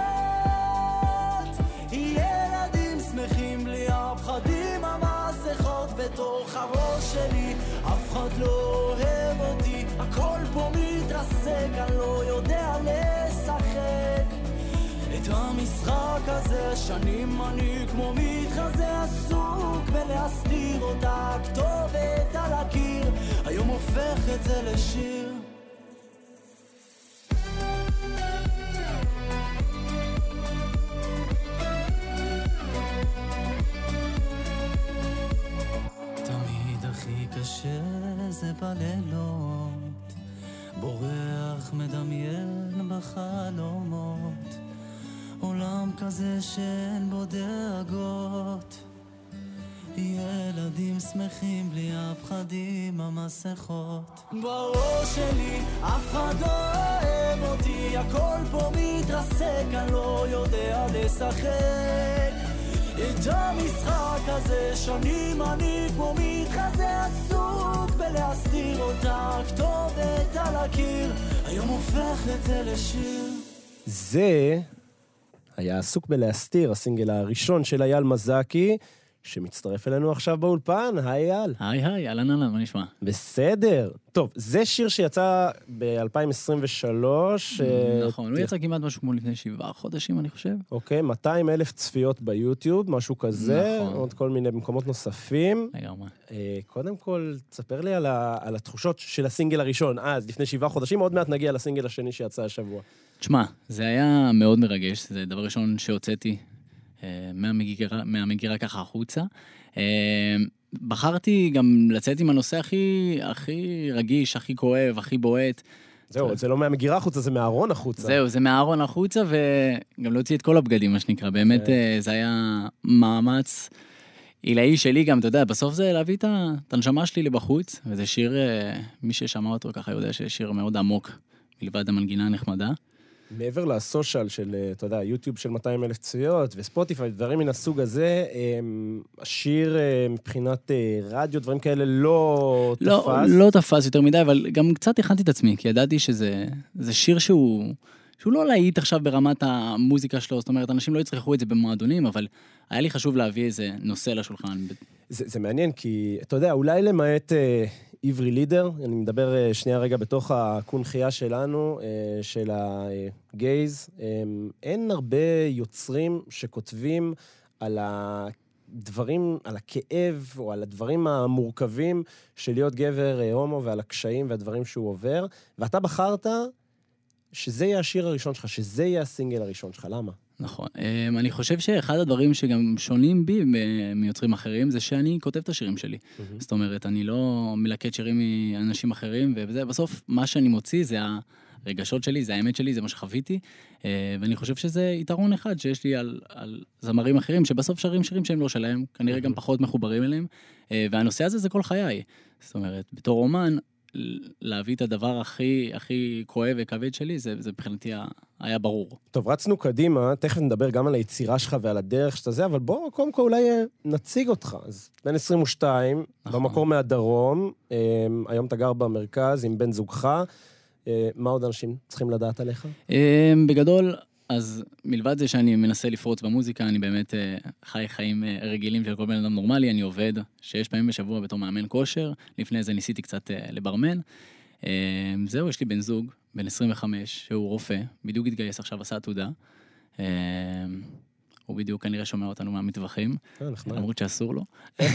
ילדים שמחים בלי הפחדים, המסכות בתוך הראש שלי, אף אחד לא אוהב אותי, הכל פה מתרסק, אני לא יודע לשחק את המשחק הזה. שנים אני כמו מתחזה, עסוק בלהסתיר אותה, כתובת על הקיר, היום הופך את זה לשיר. תמיד הכי קשה זה בלילות, בורח מדמיין בחלומות, עולם כזה שאין בו דאגות, ילדים שמחים בלי הפחדים, המסכות בראש שלי, אף אחד לא אוהב אותי, הכל פה מתרסק, אני לא יודע לשחק את המשחק הזה. שנים אני כמו מתחזה, עסוק בלהסתיר אותה, כתובת על הקיר, היום הופך את זה לשיר. זה היה עסוק בלהסתיר, הסינגל הראשון של אייל מזקי, שמצטרף אלינו עכשיו באולפן. היי אייל. היי היי, אהלן אהלן, מה נשמע? בסדר. טוב, זה שיר שיצא ב-אלפיים עשרים ושלוש. נכון, הוא יצא כמעט משהו כמו לפני שבעה חודשים, אני חושב. אוקיי, מאתיים אלף צפיות ביוטיוב, משהו כזה, נכון. עוד כל מיני במקומות נוספים. לגמרי. קודם כל, תספר לי על, ה- על התחושות של הסינגל הראשון, אז לפני שבעה חודשים, עוד מעט נגיע לסינגל השני שיצא השבוע. תשמע, זה היה מאוד מרגש, זה דבר ראשון שהוצאתי מהמגירה, מהמגירה ככה החוצה. בחרתי גם לצאת עם הנושא הכי, הכי רגיש, הכי כואב, הכי בועט. זהו, זה לא מהמגירה החוצה, זה מהארון החוצה. זהו, זה מהארון החוצה, וגם להוציא את כל הבגדים, מה שנקרא. באמת, זה היה מאמץ עילאי שלי גם, אתה יודע, בסוף זה להביא את הנשמה שלי לבחוץ, וזה שיר, מי ששמע אותו ככה יודע שזה שיר מאוד עמוק, מלבד המנגינה הנחמדה. מעבר לסושיאל של, אתה יודע, יוטיוב של מאתיים אלף צפיות, וספוטיפיי, דברים מן הסוג הזה, השיר מבחינת רדיו, דברים כאלה לא תפס. לא, לא תפס יותר מדי, אבל גם קצת הכנתי את עצמי, כי ידעתי שזה זה שיר שהוא, שהוא לא להיט עכשיו ברמת המוזיקה שלו, זאת אומרת, אנשים לא יצרכו את זה במועדונים, אבל היה לי חשוב להביא איזה נושא לשולחן. זה, זה מעניין, כי אתה יודע, אולי למעט עברי לידר, אני מדבר שנייה רגע בתוך הקונחייה שלנו, של הגייז, אין הרבה יוצרים שכותבים על הדברים, על הכאב, או על הדברים המורכבים של להיות גבר הומו, ועל הקשיים והדברים שהוא עובר, ואתה בחרת שזה יהיה השיר הראשון שלך, שזה יהיה הסינגל הראשון שלך, למה? נכון. אני חושב שאחד הדברים שגם שונים בי מיוצרים אחרים, זה שאני כותב את השירים שלי. זאת אומרת, אני לא מלקט שירים מאנשים אחרים, ובסוף מה שאני מוציא זה הרגשות שלי, זה האמת שלי, זה מה שחוויתי, ואני חושב שזה יתרון אחד שיש לי על, על זמרים אחרים, שבסוף שרים שירים שהם לא שלהם, כנראה גם פחות מחוברים אליהם, והנושא הזה זה כל חיי. זאת אומרת, בתור אומן, להביא את הדבר הכי, הכי כואב וכבד שלי, זה, זה מבחינתי היה ברור. טוב, רצנו קדימה, תכף נדבר גם על היצירה שלך ועל הדרך שאתה זה, אבל בוא, קודם כל אולי נציג אותך. אז בן עשרים ושתיים, נכון. במקור מהדרום, היום אתה גר במרכז עם בן זוגך, מה עוד אנשים צריכים לדעת עליך? בגדול, אז מלבד זה שאני מנסה לפרוץ במוזיקה, אני באמת חי חיים רגילים של כל בן אדם נורמלי, אני עובד שש פעמים בשבוע בתור מאמן כושר, לפני זה ניסיתי קצת לברמן. זהו, יש לי בן זוג, בן עשרים וחמש, שהוא רופא, בדיוק התגייס עכשיו, עשה תעודה. הוא בדיוק כנראה שומע אותנו מהמטווחים, למרות שאסור לו.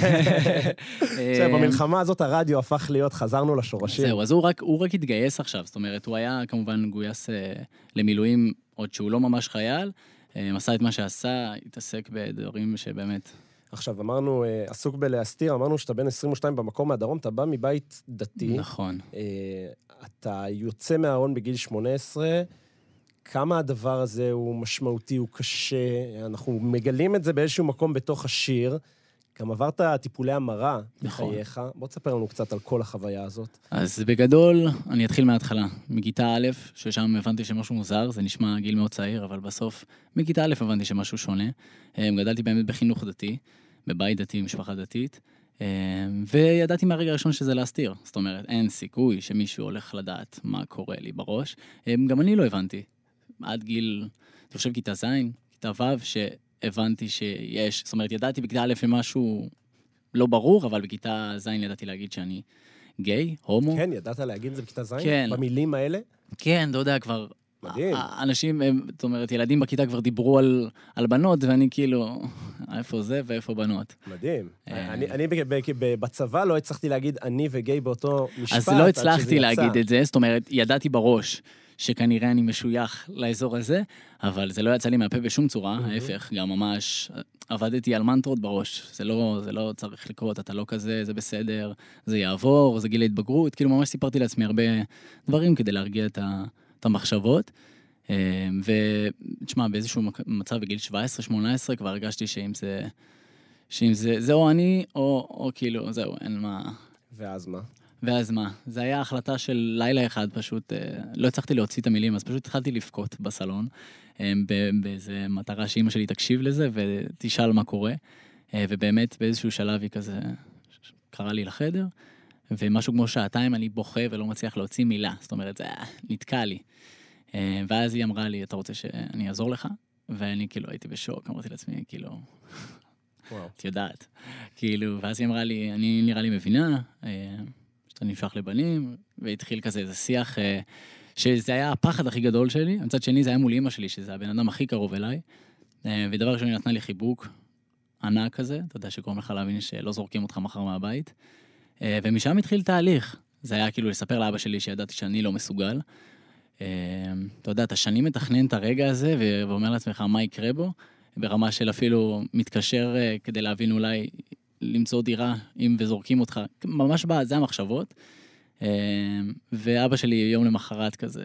במלחמה הזאת הרדיו הפך להיות, חזרנו לשורשים. זהו, אז הוא רק התגייס עכשיו, זאת אומרת, הוא היה כמובן גויס למילואים, עוד שהוא לא ממש חייל, עשה את מה שעשה, התעסק בדברים שבאמת... עכשיו, אמרנו, עסוק בלהסתיר, אמרנו שאתה בן עשרים ושתיים במקור מהדרום, אתה בא מבית דתי. נכון. אתה יוצא מהארון בגיל שמונה עשרה, כמה הדבר הזה הוא משמעותי, הוא קשה, אנחנו מגלים את זה באיזשהו מקום בתוך השיר, גם עברת טיפולי המרה בחייך, בוא תספר לנו קצת על כל החוויה הזאת. אז בגדול, אני אתחיל מההתחלה, מכיתה א', ששם הבנתי שמשהו מוזר, זה נשמע גיל מאוד צעיר, אבל בסוף, מכיתה א' הבנתי שמשהו שונה, גדלתי באמת בחינוך דתי, בבית דתי, משפחה דתית, וידעתי מהרגע הראשון שזה להסתיר, זאת אומרת, אין סיכוי שמישהו הולך לדעת מה קורה לי בראש, גם אני לא הבנתי. עד גיל, אני חושב, כיתה ז', כיתה ו', שהבנתי שיש, זאת אומרת, ידעתי בכיתה א' משהו לא ברור, אבל בכיתה ז' ידעתי להגיד שאני גיי, הומו. כן, ידעת להגיד את זה בכיתה ז'? כן. במילים האלה? כן, אתה יודע, כבר... מדהים. אנשים, זאת אומרת, ילדים בכיתה כבר דיברו על, על בנות, ואני כאילו, איפה זה ואיפה בנות. מדהים. אני, אני בצבא לא הצלחתי להגיד אני וגיי באותו משפט. אז לא הצלחתי להגיד את זה, זאת אומרת, ידעתי בראש שכנראה אני משוייך לאזור הזה, אבל זה לא יצא לי מהפה בשום צורה, ההפך, גם ממש עבדתי על מנטרות בראש, זה לא, זה לא צריך לקרות, אתה לא כזה, זה בסדר, זה יעבור, זה גיל ההתבגרות, כאילו ממש סיפרתי לעצמי הרבה דברים כדי להרגיע את ה... את המחשבות, ותשמע, באיזשהו מצב בגיל שבע עשרה שמונה עשרה כבר הרגשתי שאם זה, שאם זה, זה או אני, או, או כאילו, זהו, אין מה... ואז מה? ואז מה? זה היה החלטה של לילה אחד, פשוט, לא הצלחתי להוציא את המילים, אז פשוט התחלתי לבכות בסלון, באיזה מטרה שאמא שלי תקשיב לזה, ותשאל מה קורה, ובאמת באיזשהו שלב היא כזה, קרא לי לחדר, ומשהו כמו שעתיים אני בוכה ולא מצליח להוציא מילה, זאת אומרת, זה נתקע לי. ואז היא אמרה לי, אתה רוצה שאני אעזור לך? ואני כאילו הייתי בשוק, אמרתי לעצמי, כאילו, את יודעת. כאילו, ואז היא אמרה לי, אני נראה לי מבינה, שאתה נמשך לבנים, והתחיל כזה איזה שיח, שזה היה הפחד הכי גדול שלי, מצד שני זה היה מול אמא שלי, שזה הבן אדם הכי קרוב אליי, ודבר ראשון היא נתנה לי חיבוק ענק כזה, אתה יודע שקוראים לך להבין שלא זורקים אותך מחר מהבית, ומשם התחיל תהליך. זה היה כאילו לספר לאבא שלי שידעתי שאני לא מסוגל. אתה יודע, אתה שנים מתכנן את הרגע הזה, ואומר לעצמך מה יקרה בו, ברמה של אפילו מתקשר כדי להבין אולי למצוא דירה, אם וזורקים אותך. ממש בא, זה המחשבות. ואבא שלי יום למחרת כזה,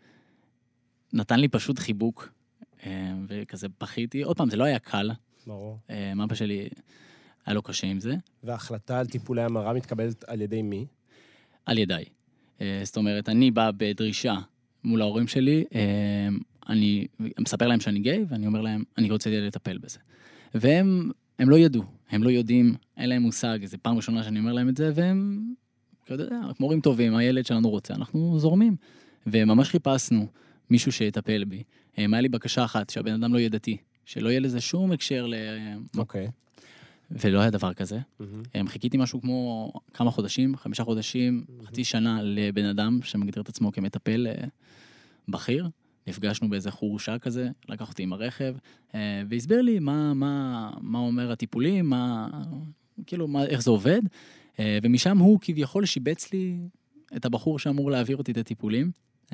נתן לי פשוט חיבוק, וכזה פחיתי. עוד פעם, זה לא היה קל. ברור. אבא שלי היה לו קשה עם זה. וההחלטה על טיפולי המרה מתקבלת על ידי מי? על ידיי. זאת אומרת, אני בא בדרישה מול ההורים שלי, אני מספר להם שאני גיי, ואני אומר להם, אני רוצה לטפל בזה. והם הם לא ידעו, הם לא יודעים, אין להם מושג, זו פעם ראשונה שאני אומר להם את זה, והם, יודע, כמו הורים טובים, הילד שלנו רוצה, אנחנו זורמים. וממש חיפשנו מישהו שיטפל בי. היה לי בקשה אחת, שהבן אדם לא ידעתי, שלא יהיה לזה שום הקשר ל... אוקיי. ולא היה דבר כזה. Mm-hmm. חיכיתי משהו כמו כמה חודשים, חמישה חודשים, mm-hmm. חצי שנה לבן אדם שמגדיר את עצמו כמטפל בכיר. נפגשנו באיזה חורשה כזה, לקח אותי עם הרכב, והסביר לי מה, מה, מה אומר הטיפולים, מה, כאילו, מה, איך זה עובד, ומשם הוא כביכול שיבץ לי את הבחור שאמור להעביר אותי את הטיפולים.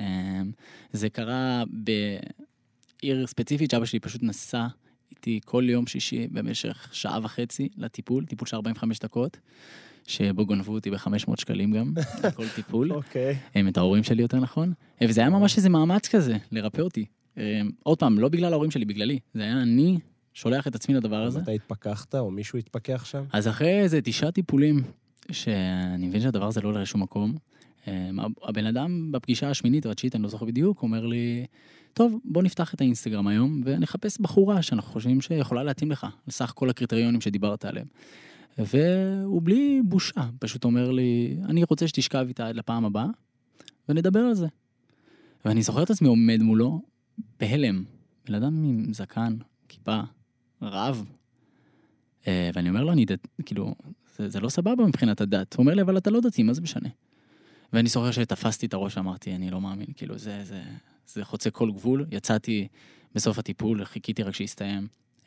זה קרה בעיר ספציפית, שאבא שלי פשוט נסע איתי כל יום שישי במשך שעה וחצי לטיפול, טיפול של ארבעים וחמש דקות, שבו גונבו אותי ב-חמש מאות שקלים גם, כל טיפול. אוקיי. הם את ההורים שלי יותר נכון. וזה היה ממש איזה מאמץ כזה, לרפא אותי. עוד פעם, לא בגלל ההורים שלי, בגללי. זה היה אני שולח את עצמי לדבר הזה. אתה התפקחת, או מישהו התפקח שם? אז אחרי איזה תשעה טיפולים, שאני מבין שהדבר הזה לא הולך לשום מקום, הבן אדם בפגישה השמינית או התשיעית, אני לא זוכר בדיוק, אומר לי, טוב, בוא נפתח את האינסטגרם היום, ונחפש בחורה שאנחנו חושבים שיכולה להתאים לך, לסך כל הקריטריונים שדיברת עליהם. והוא בלי בושה, פשוט אומר לי, אני רוצה שתשכב איתה עד לפעם הבאה, ונדבר על זה. ואני זוכר את עצמי עומד מולו, בהלם, בן אדם עם זקן, כיפה, רב, ואני אומר לו, אני דת, כאילו, זה, זה לא סבבה מבחינת הדת. הוא אומר לי, אבל אתה לא דתי, מה זה משנה? ואני זוכר שתפסתי את הראש, אמרתי, אני לא מאמין, כאילו, זה, זה, זה חוצה כל גבול. יצאתי בסוף הטיפול, חיכיתי רק שיסתיים.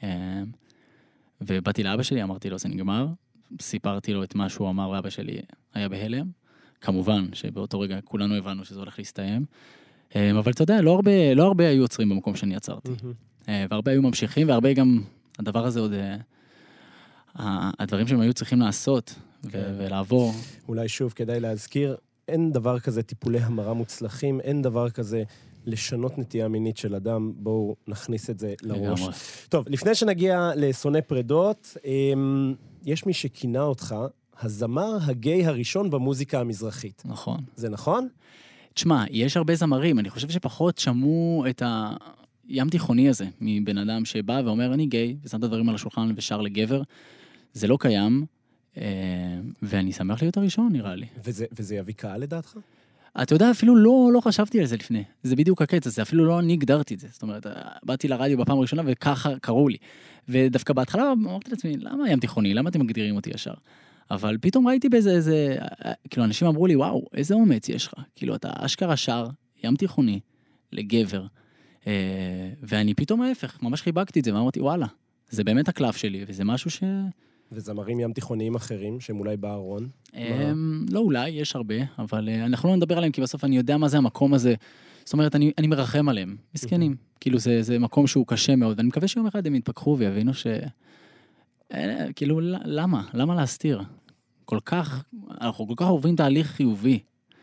ובאתי לאבא שלי, אמרתי לו, זה נגמר. סיפרתי לו את מה שהוא אמר, ואבא שלי היה בהלם. כמובן שבאותו רגע כולנו הבנו שזה הולך להסתיים. אבל אתה יודע, לא הרבה, לא הרבה היו עוצרים במקום שאני עצרתי. והרבה היו ממשיכים, והרבה גם הדבר הזה עוד... הדברים שהם היו צריכים לעשות ולעבור. אולי שוב כדאי להזכיר, אין דבר כזה טיפולי המרה מוצלחים, אין דבר כזה לשנות נטייה מינית של אדם, בואו נכניס את זה לראש. טוב, לפני שנגיע לשונא פרדות, יש מי שכינה אותך הזמר הגיי הראשון במוזיקה המזרחית. נכון. זה נכון? תשמע, יש הרבה זמרים, אני חושב שפחות שמעו את הים תיכוני הזה, מבן אדם שבא ואומר, אני גיי, ושם את הדברים על השולחן ושר לגבר. זה לא קיים, ואני שמח להיות הראשון, נראה לי. וזה, וזה יביא קהל לדעתך? אתה יודע, אפילו לא, לא חשבתי על זה לפני. זה בדיוק הקטע, זה אפילו לא אני הגדרתי את זה. זאת אומרת, באתי לרדיו בפעם הראשונה וככה קראו לי. ודווקא בהתחלה אמרתי לעצמי, למה ים תיכוני? למה אתם מגדירים אותי ישר? אבל פתאום ראיתי באיזה, איזה, כאילו אנשים אמרו לי, וואו, איזה אומץ יש לך. כאילו, אתה אשכרה שר, ים תיכוני, לגבר. ואני פתאום ההפך, ממש חיבקתי את זה, ואמרתי, וואלה, זה באמת הקלף שלי, וזה משהו ש... וזמרים ים תיכוניים אחרים, שהם אולי בארון? לא אולי, יש הרבה, אבל אנחנו לא נדבר עליהם, כי בסוף אני יודע מה זה המקום הזה. זאת אומרת, אני, אני מרחם עליהם, מסכנים. כאילו, זה, זה מקום שהוא קשה מאוד, ואני מקווה שיום אחד הם יתפקחו ויבינו ש... כאילו, למה? למה להסתיר? כל כך, אנחנו כל כך עוברים תהליך חיובי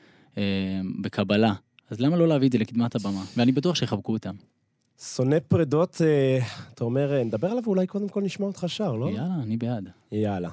בקבלה, אז למה לא להביא את זה לקדמת הבמה? ואני בטוח שיחבקו אותם. שונא פרדות, אתה אומר, נדבר עליו, אולי קודם כל נשמע אותך שר, לא? יאללה, אני בעד. יאללה.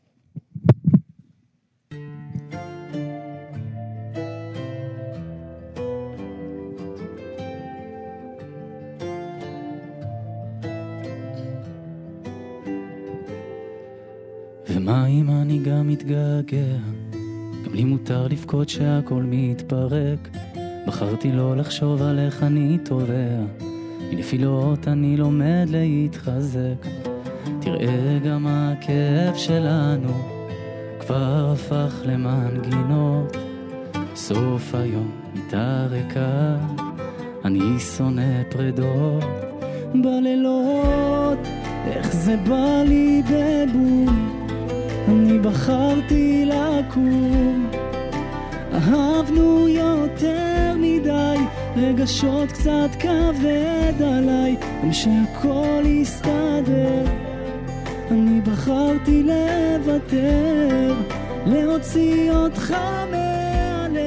ומה אם אני גם מתגעגע? גם לי מותר לבכות שהכל מתפרק. בחרתי לא לחשוב על איך אני טובע, מנפילות אני לומד להתחזק. תראה גם הכאב שלנו כבר הפך למנגינות. סוף היום מיטה ריקה, אני שונא פרדות. בלילות איך זה בא לי בבום, אני בחרתי לקום. אהבנו יותר מדי, רגשות קצת כבד עליי, גם שהכל יסתדר. אני בחרתי לוותר, להוציא אותך מהלב.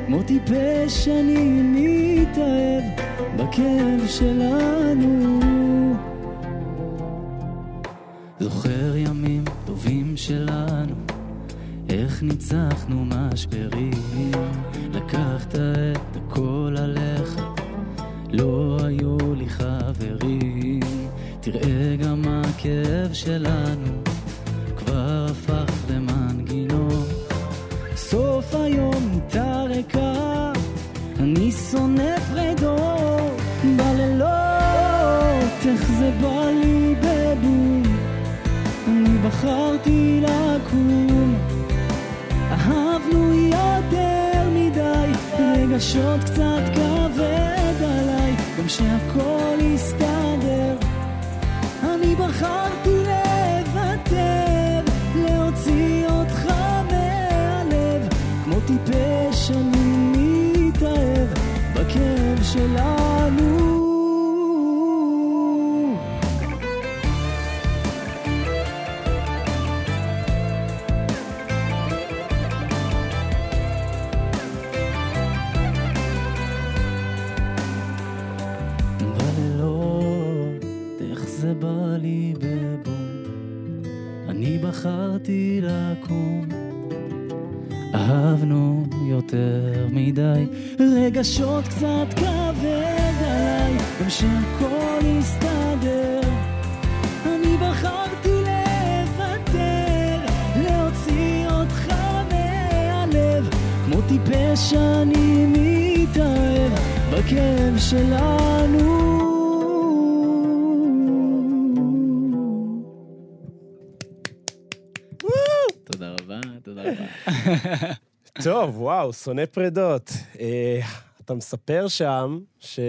כמו טיפש אני מתאהב בכאב שלנו. זוכר ימים טובים שלנו, איך ניצחנו משברים, לקחת את הכל עליך, לא היו לי חברים. תראה גם הכאב שלנו כבר הפך למנגינות. סוף היום נותר ריקה, אני שונא פרדות בלילות. איך זה בא לי בבום, אני בחרתי לקום. אהבנו יותר מדי, רגשות קצת כבד עליי, גם שהכל יסתדר. אני בחרתי לוותר, להוציא אותך מהלב, כמו טיפש אני מתאהב בכאב שלנו. בא לי בבום, אני בחרתי לקום. אהבנו יותר מדי, רגשות קצת כבד עליי, גם שהכל יסתדר. אני בחרתי לוותר, להוציא אותך מהלב, כמו טיפש אני מתאהב בכאב שלנו. תודה רבה, תודה רבה. טוב, וואו, שונא פרדות. אתה מספר שם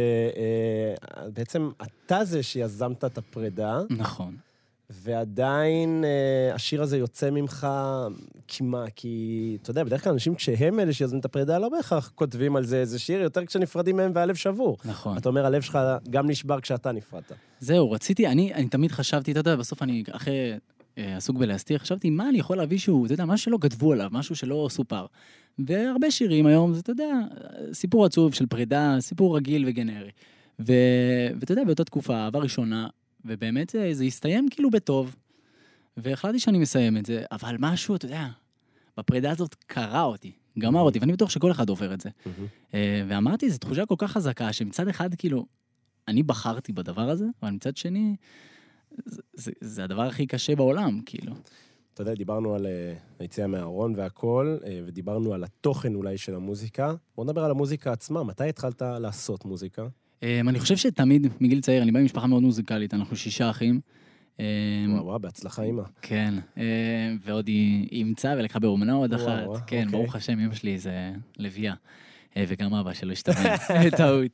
שבעצם אתה זה שיזמת את הפרידה. נכון. ועדיין השיר הזה יוצא ממך כמעט, כי אתה יודע, בדרך כלל אנשים כשהם אלה שיזמים את הפרידה, לא בהכרח כותבים על זה איזה שיר, יותר כשנפרדים מהם והלב שבור. נכון. אתה אומר, הלב שלך גם נשבר כשאתה נפרדת. זהו, רציתי, אני, אני תמיד חשבתי, אתה יודע, בסוף אני אחרי עסוק בלהסתיר, חשבתי, מה אני יכול להביא שהוא, אתה יודע, משהו שלא כתבו עליו, משהו שלא סופר. והרבה שירים היום, זה, אתה יודע, סיפור עצוב של פרידה, סיפור רגיל וגנרי. ו, ואתה יודע, באותה תקופה, אהבה ראשונה, ובאמת זה, זה הסתיים כאילו בטוב, והחלטתי שאני מסיים את זה, אבל משהו, אתה יודע, בפרידה הזאת קרה אותי, גמר אותי, ואני בטוח שכל אחד עובר את זה. ואמרתי, זו תחושה כל כך חזקה, שמצד אחד, כאילו, אני בחרתי בדבר הזה, אבל מצד שני, זה, זה, זה הדבר הכי קשה בעולם, כאילו. אתה יודע, דיברנו על היציאה מהארון והכל, ודיברנו על התוכן אולי של המוזיקה. בוא נדבר על המוזיקה עצמה. מתי התחלת לעשות מוזיקה? אני חושב שתמיד, מגיל צעיר, אני בא ממשפחה מאוד מוזיקלית, אנחנו שישה אחים. וואו, וואו, בהצלחה אמא. כן, ועוד היא אימצה ולקחה באומנה עוד אחת. כן, ברוך השם, אמא שלי זה לביאה. וגם אבא שלו השתמע, טעות.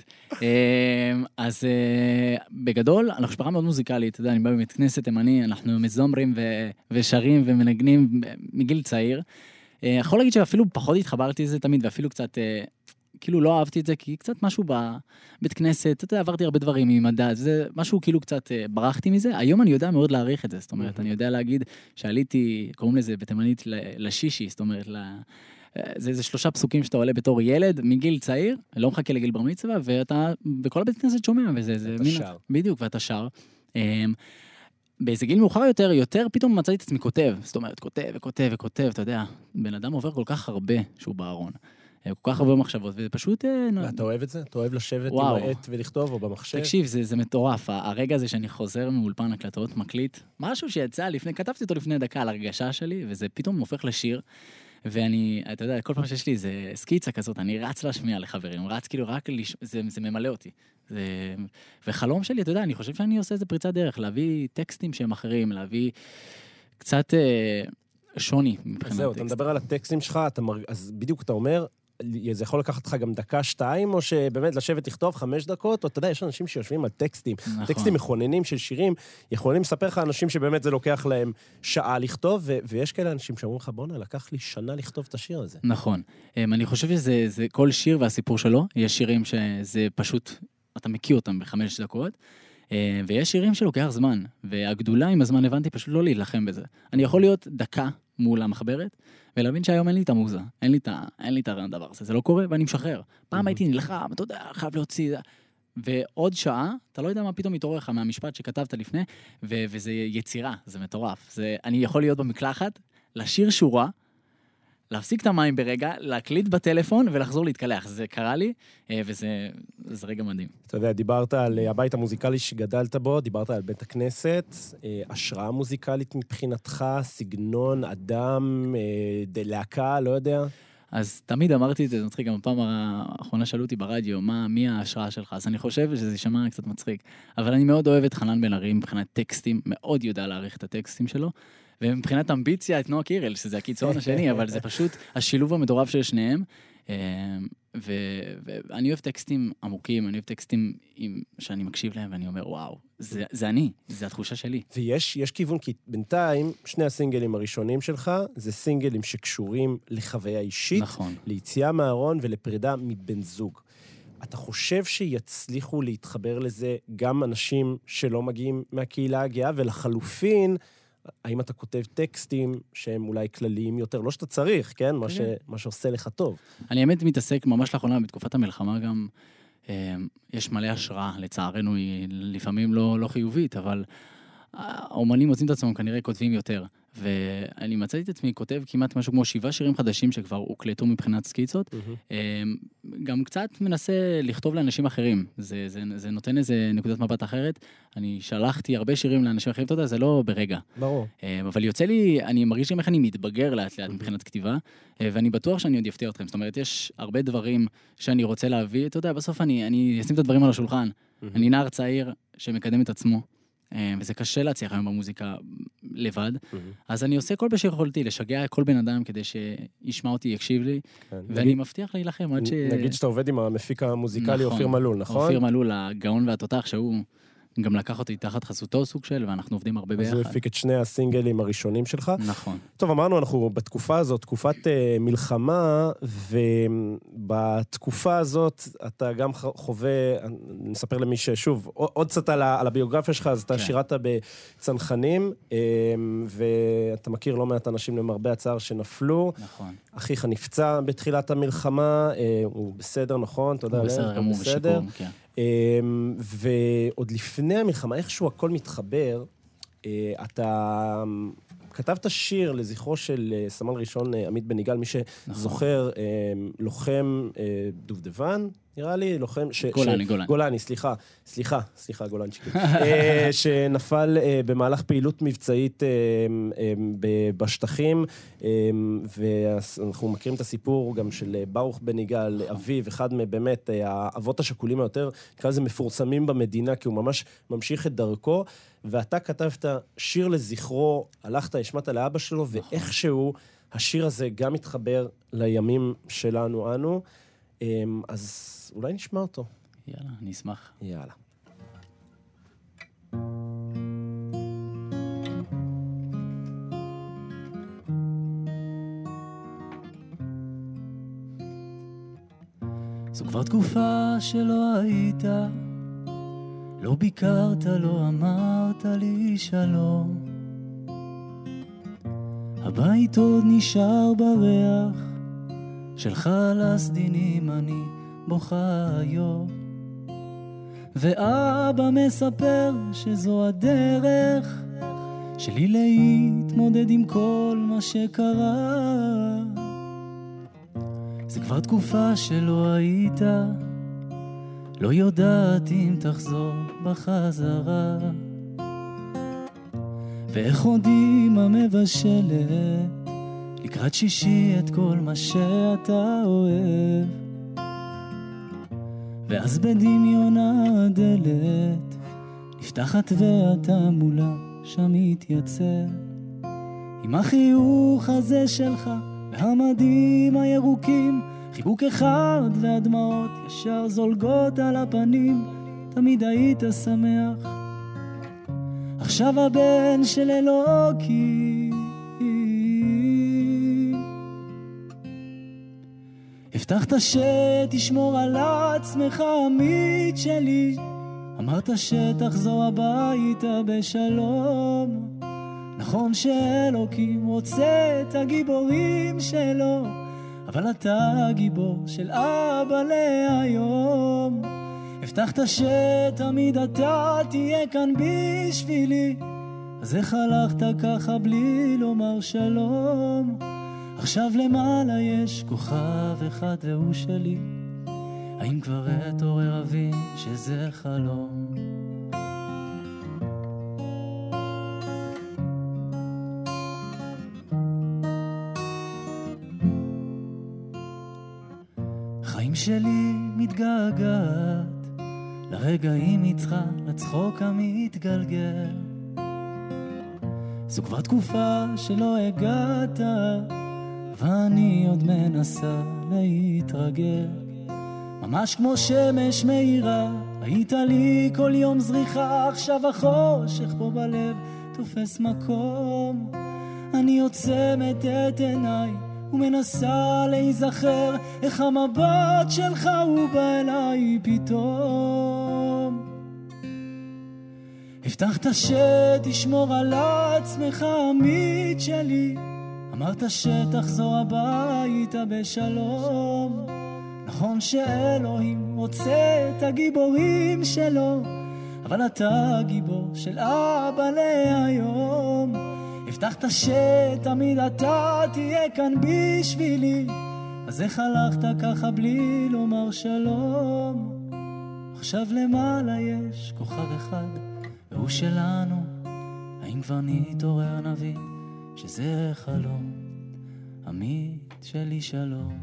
אז בגדול, אנחנו משפחה מאוד מוזיקלית, אתה יודע, אני בא בבית כנסת תימני, אנחנו מזומרים ושרים ומנגנים מגיל צעיר. יכול להגיד שאפילו פחות התחברתי לזה תמיד, ואפילו קצת, כאילו לא אהבתי את זה, כי קצת משהו בבית כנסת, אתה יודע, עברתי הרבה דברים עם מדע, זה משהו כאילו קצת ברחתי מזה. היום אני יודע מאוד להעריך את זה, זאת אומרת, אני יודע להגיד שעליתי, קוראים לזה בתימנית לשישי, זאת אומרת, זה, זה שלושה פסוקים שאתה עולה בתור ילד, מגיל צעיר, לא מחכה לגיל בר מצווה, ואתה, וכל הבית כנסת שומע, וזה, זה מין, שר. בדיוק, ואתה שר. באיזה גיל מאוחר יותר, יותר פתאום מצאתי את עצמי כותב, זאת אומרת, כותב וכותב וכותב, אתה יודע, בן אדם עובר כל כך הרבה שהוא בארון, כל כך הרבה מחשבות, ופשוט... אתה אוהב את זה? אתה אוהב לשבת עם העט ולכתוב או במחשב? תקשיב, זה, זה מטורף, הרגע הזה שאני חוזר מאולפן הקלטות, מקליט, משהו שיצא לפני, כתבתי אותו לפני דקה על הרגשה שלי, וזה פתאום הופך לשיר, ואני, אתה יודע, כל פעם שיש לי איזה סקיצה כזאת, אני רץ להשמיע לחברים, רץ כאילו רק, לש... זה, זה ממלא אותי. זה... וחלום שלי, אתה יודע, אני חושב שאני עושה איזה פריצת דרך, להביא טקסטים שהם אחרים, להביא קצת אה, שוני מבחינת טקסט. זהו, אתה מדבר על הטקסטים שלך, אתה מרג... אז בדיוק אתה אומר, זה יכול לקחת לך גם דקה, שתיים, או שבאמת לשבת לכתוב חמש דקות, או אתה יודע, יש אנשים שיושבים על טקסטים, נכון. טקסטים מכוננים של שירים, יכולים לספר לך אנשים שבאמת זה לוקח להם שעה לכתוב, ו- ויש כאלה אנשים שאומרים לך, בונה, לקח לי שנה לכתוב את השיר הזה. נכון. אני חושב שזה זה כל שיר והסיפור שלו, יש שירים שזה פשוט, אתה מכיר אותם בחמש דקות, ויש שירים שלוקח זמן, והגדולה עם הזמן הבנתי פשוט לא להילחם בזה. אני יכול להיות דקה מול המחברת, ולהבין שהיום אין לי את המוזה, אין לי את, אין לי את הדבר הזה, זה לא קורה, ואני משחרר. פעם הייתי נלחם, אתה יודע, חייב להוציא, ועוד שעה, אתה לא יודע מה פתאום מתעורר לך מהמשפט שכתבת לפני, ו- וזה יצירה, זה מטורף. זה, אני יכול להיות במקלחת, לשיר שורה, להפסיק את המים ברגע, להקליט בטלפון ולחזור להתקלח. זה קרה לי, וזה זה רגע מדהים. אתה יודע, דיברת על הבית המוזיקלי שגדלת בו, דיברת על בית הכנסת, השראה מוזיקלית מבחינתך, סגנון, אדם, להקה, לא יודע. אז תמיד אמרתי את זה, זה מצחיק, גם בפעם האחרונה שאלו אותי ברדיו, מה, מי ההשראה שלך? אז אני חושב שזה יישמע קצת מצחיק. אבל אני מאוד אוהב את חנן בן ארי מבחינת טקסטים, מאוד יודע להעריך את הטקסטים שלו, ומבחינת אמביציה את נועה קירל, שזה הקיצון השני, אבל זה פשוט השילוב המדורב של שניהם. ואני אוהב טקסטים עמוקים, אני אוהב טקסטים שאני מקשיב להם, ואני אומר, וואו, זה אני, זה התחושה שלי. ויש יש כיוון, כי בינתיים, שני הסינגלים הראשונים שלך, זה סינגלים שקשורים לחוויה אישית, נכון. ליציאה מהארון ולפרידה מבן זוג. אתה חושב שיצליחו להתחבר לזה גם אנשים שלא מגיעים מהקהילה הגאה, ולחלופין, האם אתה כותב טקסטים שהם אולי כלליים יותר? לא שאתה צריך, כן? מה, ש... מה שעושה לך טוב. אני האמת מתעסק ממש לאחרונה, בתקופת המלחמה גם, אה, יש מלא השראה, לצערנו היא לפעמים לא, לא חיובית, אבל האומנים מוצאים את עצמם כנראה כותבים יותר. ואני מצאתי את עצמי כותב כמעט משהו כמו שבעה שירים חדשים שכבר הוקלטו מבחינת סקיצות. Mm-hmm. גם קצת מנסה לכתוב לאנשים אחרים. זה, זה, זה נותן איזה נקודת מבט אחרת. אני שלחתי הרבה שירים לאנשים אחרים, אתה יודע, זה לא ברגע. ברור. אבל יוצא לי, אני מרגיש גם איך אני מתבגר לאט לאט מבחינת כתיבה, ואני בטוח שאני עוד יפתיע אתכם. זאת אומרת, יש הרבה דברים שאני רוצה להביא. אתה יודע, בסוף אני, אני אשים את הדברים על השולחן. Mm-hmm. אני נער צעיר שמקדם את עצמו. וזה קשה להצליח היום במוזיקה לבד, אז אני עושה כל שיכולתי, לשגע כל בן אדם כדי שישמע אותי, יקשיב לי, ואני מבטיח להילחם עד ש... נגיד שאתה עובד עם המפיק המוזיקלי אופיר מלול, נכון? אופיר מלול, הגאון והתותח, שהוא גם לקח אותי תחת חסותו סוג של, ואנחנו עובדים הרבה ביחד. אז הוא הפיק את שני הסינגלים הראשונים שלך. נכון. טוב, אמרנו, אנחנו בתקופה הזאת, תקופת uh, מלחמה, ובתקופה הזאת אתה גם חווה, נספר למי ששוב, עוד קצת על, על הביוגרפיה שלך, אז אתה כן. שירת בצנחנים, um, ואתה מכיר לא מעט אנשים למרבה הצער שנפלו. נכון. אחיך נפצע בתחילת המלחמה, uh, הוא בסדר, נכון? הוא בסדר, הוא בשיקום, כן. ועוד לפני המלחמה, איכשהו הכל מתחבר, אתה כתבת שיר לזכרו של סמל ראשון עמית בן יגאל, מי שזוכר, לוחם דובדבן, נראה לי, לוחם... גולני, גולני. גולני, סליחה, סליחה, סליחה, גולנצ'יק. שנפל במהלך פעילות מבצעית בשטחים, ואנחנו מכירים את הסיפור גם של ברוך בן יגאל, אביו, אחד מבאמת האבות השכולים היותר, נקרא לזה מפורסמים במדינה, כי הוא ממש ממשיך את דרכו, ואתה כתבת שיר לזכרו, הלכת, השמעת לאבא שלו, ואיכשהו השיר הזה גם מתחבר לימים שלנו אנו, אז אולי נשמע אותו. יאללה, אני אשמח. יאללה. זו כבר תקופה שלא היית, לא ביקרת, לא אמרת לי שלום. הבית עוד נשאר בריח שלך לסדינים, אני בוכה היום. ואבא מספר שזו הדרך שלי להתמודד עם כל מה שקרה. זה כבר תקופה שלא היית, לא יודעת אם תחזור בחזרה. ואיך עוד אמא מבשלת לקראת שישי את כל מה שאתה אוהב. ואז בדמיון הדלת נפתחת ואתה מולה שם מתייצב, עם החיוך הזה שלך והמדים הירוקים, חיבוק אחד והדמעות ישר זולגות על הפנים. תמיד היית שמח, עכשיו הבן של אלוקים. הבטחת שתשמור על עצמך עמית שלי, אמרת שתחזור הביתה בשלום. נכון שאלוקים רוצה את הגיבורים שלו, אבל אתה הגיבור של אבא להיום. הבטחת שתמיד אתה תהיה כאן בשבילי, אז איך הלכת ככה בלי לומר שלום? עכשיו למעלה יש כוכב אחד והוא שלי, האם כבר התעורר אבי שזה חלום? חיים שלי מתגעגעת לרגעים איתך, לצחוק המתגלגל. זו כבר תקופה שלא הגעת, ואני עוד מנסה להתרגל. ממש כמו שמש מהירה, היית לי כל יום זריחה, עכשיו החושך פה בלב תופס מקום. אני עוצמת את עיניי ומנסה להיזכר איך המבט שלך הוא בא אליי פתאום. הבטחת שתשמור על עצמך עמית שלי, אמרת שתחזור הביתה בשלום. נכון שאלוהים רוצה את הגיבורים שלו, אבל אתה הגיבור של אבא להיום. הבטחת שתמיד אתה תהיה כאן בשבילי, אז איך הלכת ככה בלי לומר שלום? עכשיו למעלה יש כוכב אחד והוא שלנו, האם כבר נתעורר נביא שזה חלום? עמית שלי שלום.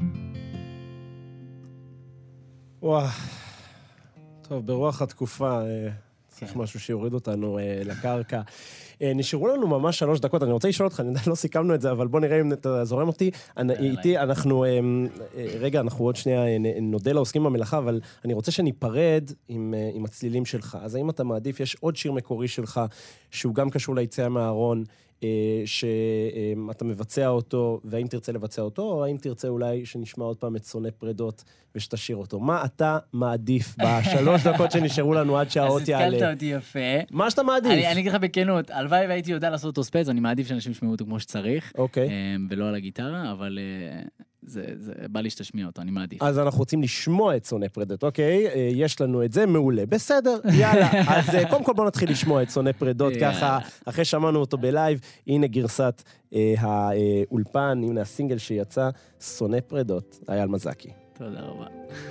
וואו, טוב, ברוח התקופה צריך משהו שיוריד אותנו לקרקע. נשארו לנו ממש שלוש דקות, אני רוצה לשאול אותך, אני יודע, לא סיכמנו את זה, אבל בוא נראה אם אתה זורם אותי. איתי, אנחנו, רגע, אנחנו עוד שנייה נודה לעוסקים במלאכה, אבל אני רוצה שניפרד עם, עם הצלילים שלך. אז האם אתה מעדיף, יש עוד שיר מקורי שלך, שהוא גם קשור ליציאה מהארון, שאתה מבצע אותו, והאם תרצה לבצע אותו, או האם תרצה אולי שנשמע עוד פעם את שונא פרדות, ושתשאיר אותו. מה אתה מעדיף בשלוש דקות שנשארו לנו עד שהאות יעלה? אז התקלת אותי יפה. מה שאתה מעדיף? אני אגיד לך בכנות, הלוואי והייתי יודע לעשות אותו ספייס, אני מעדיף שאנשים ישמעו אותו כמו שצריך, אוקיי. ולא על הגיטרה, אבל זה בא לי שתשמיע אותו, אני מעדיף. אז אנחנו רוצים לשמוע את שונא פרדות, אוקיי? יש לנו את זה, מעולה. בסדר, יאללה. אז קודם כל בוא נתחיל לשמוע את שונא פרדות, ככה, אחרי שמענו אותו בלייב, הנה גרסת האולפן, הנה הסינגל שיצא, שונא פרדות, אייל מזקי. תודה רבה.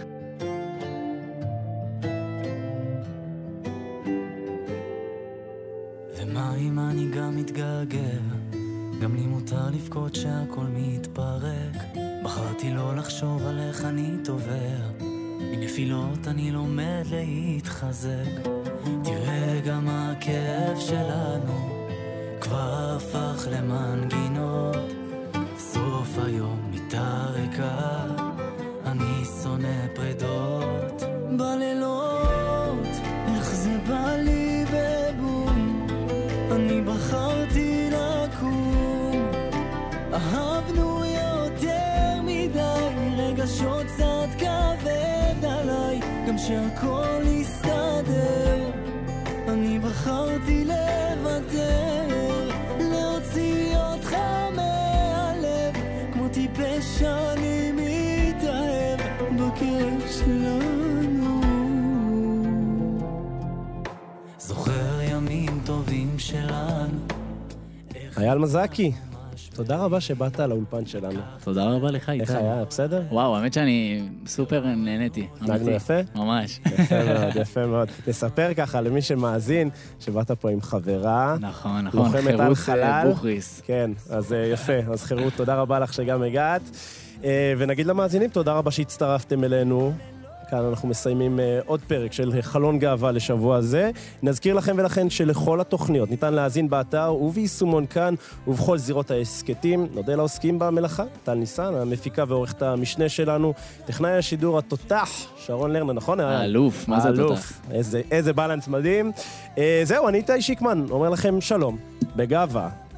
ומה אם אני גם מתגעגע, גם לי מותר לבכות שהכל מתפרק. בחרתי לא לחשוב על איך אני טובר, מנפילות אני לומד להתחזק. תראה גם הכאב שלנו כבר הפך למנגינות, סוף היום מתרקה, אני שונא פרדות. בלילות איך זה בא לי בבום, אני בחרתי לקום, אהבנו יותר מדי, רגשות קצת כבד עליי, גם שהכל יסתדר, אני בחרתי לוותר, להוציא אותך מהלב, כמו טיפש אני מתאהב בכאב שלנו. זוכר ימים טובים שלנו. אייל מזקי, תודה רבה שבאת לאולפן שלנו. תודה רבה לך איתי. איך היה, בסדר? וואו, האמת שאני סופר נהניתי. נגנו יפה? ממש. יפה מאוד, יפה מאוד. נספר ככה למי שמאזין, שבאת פה עם חברה. נכון, נכון, חירות בוכריס. כן, אז יפה. אז חירות, תודה רבה לך שגם הגעת. ונגיד למאזינים, תודה רבה שהצטרפתם אלינו. כאן אנחנו מסיימים עוד פרק של חלון גאווה לשבוע הזה. נזכיר לכם ולכן שלכל התוכניות ניתן להאזין באתר וביישומון כאן ובכל זירות העסקתים. נודה לעוסקים במלאכה, טל ניסן, המפיקה ועורכת המשנה שלנו, טכנאי השידור התותח, שרון לרנר, נכון? האלוף, מה זה התותח? איזה, איזה בלנס מדהים. זהו, אני איתי שיקמן, אומר לכם שלום, בגאווה.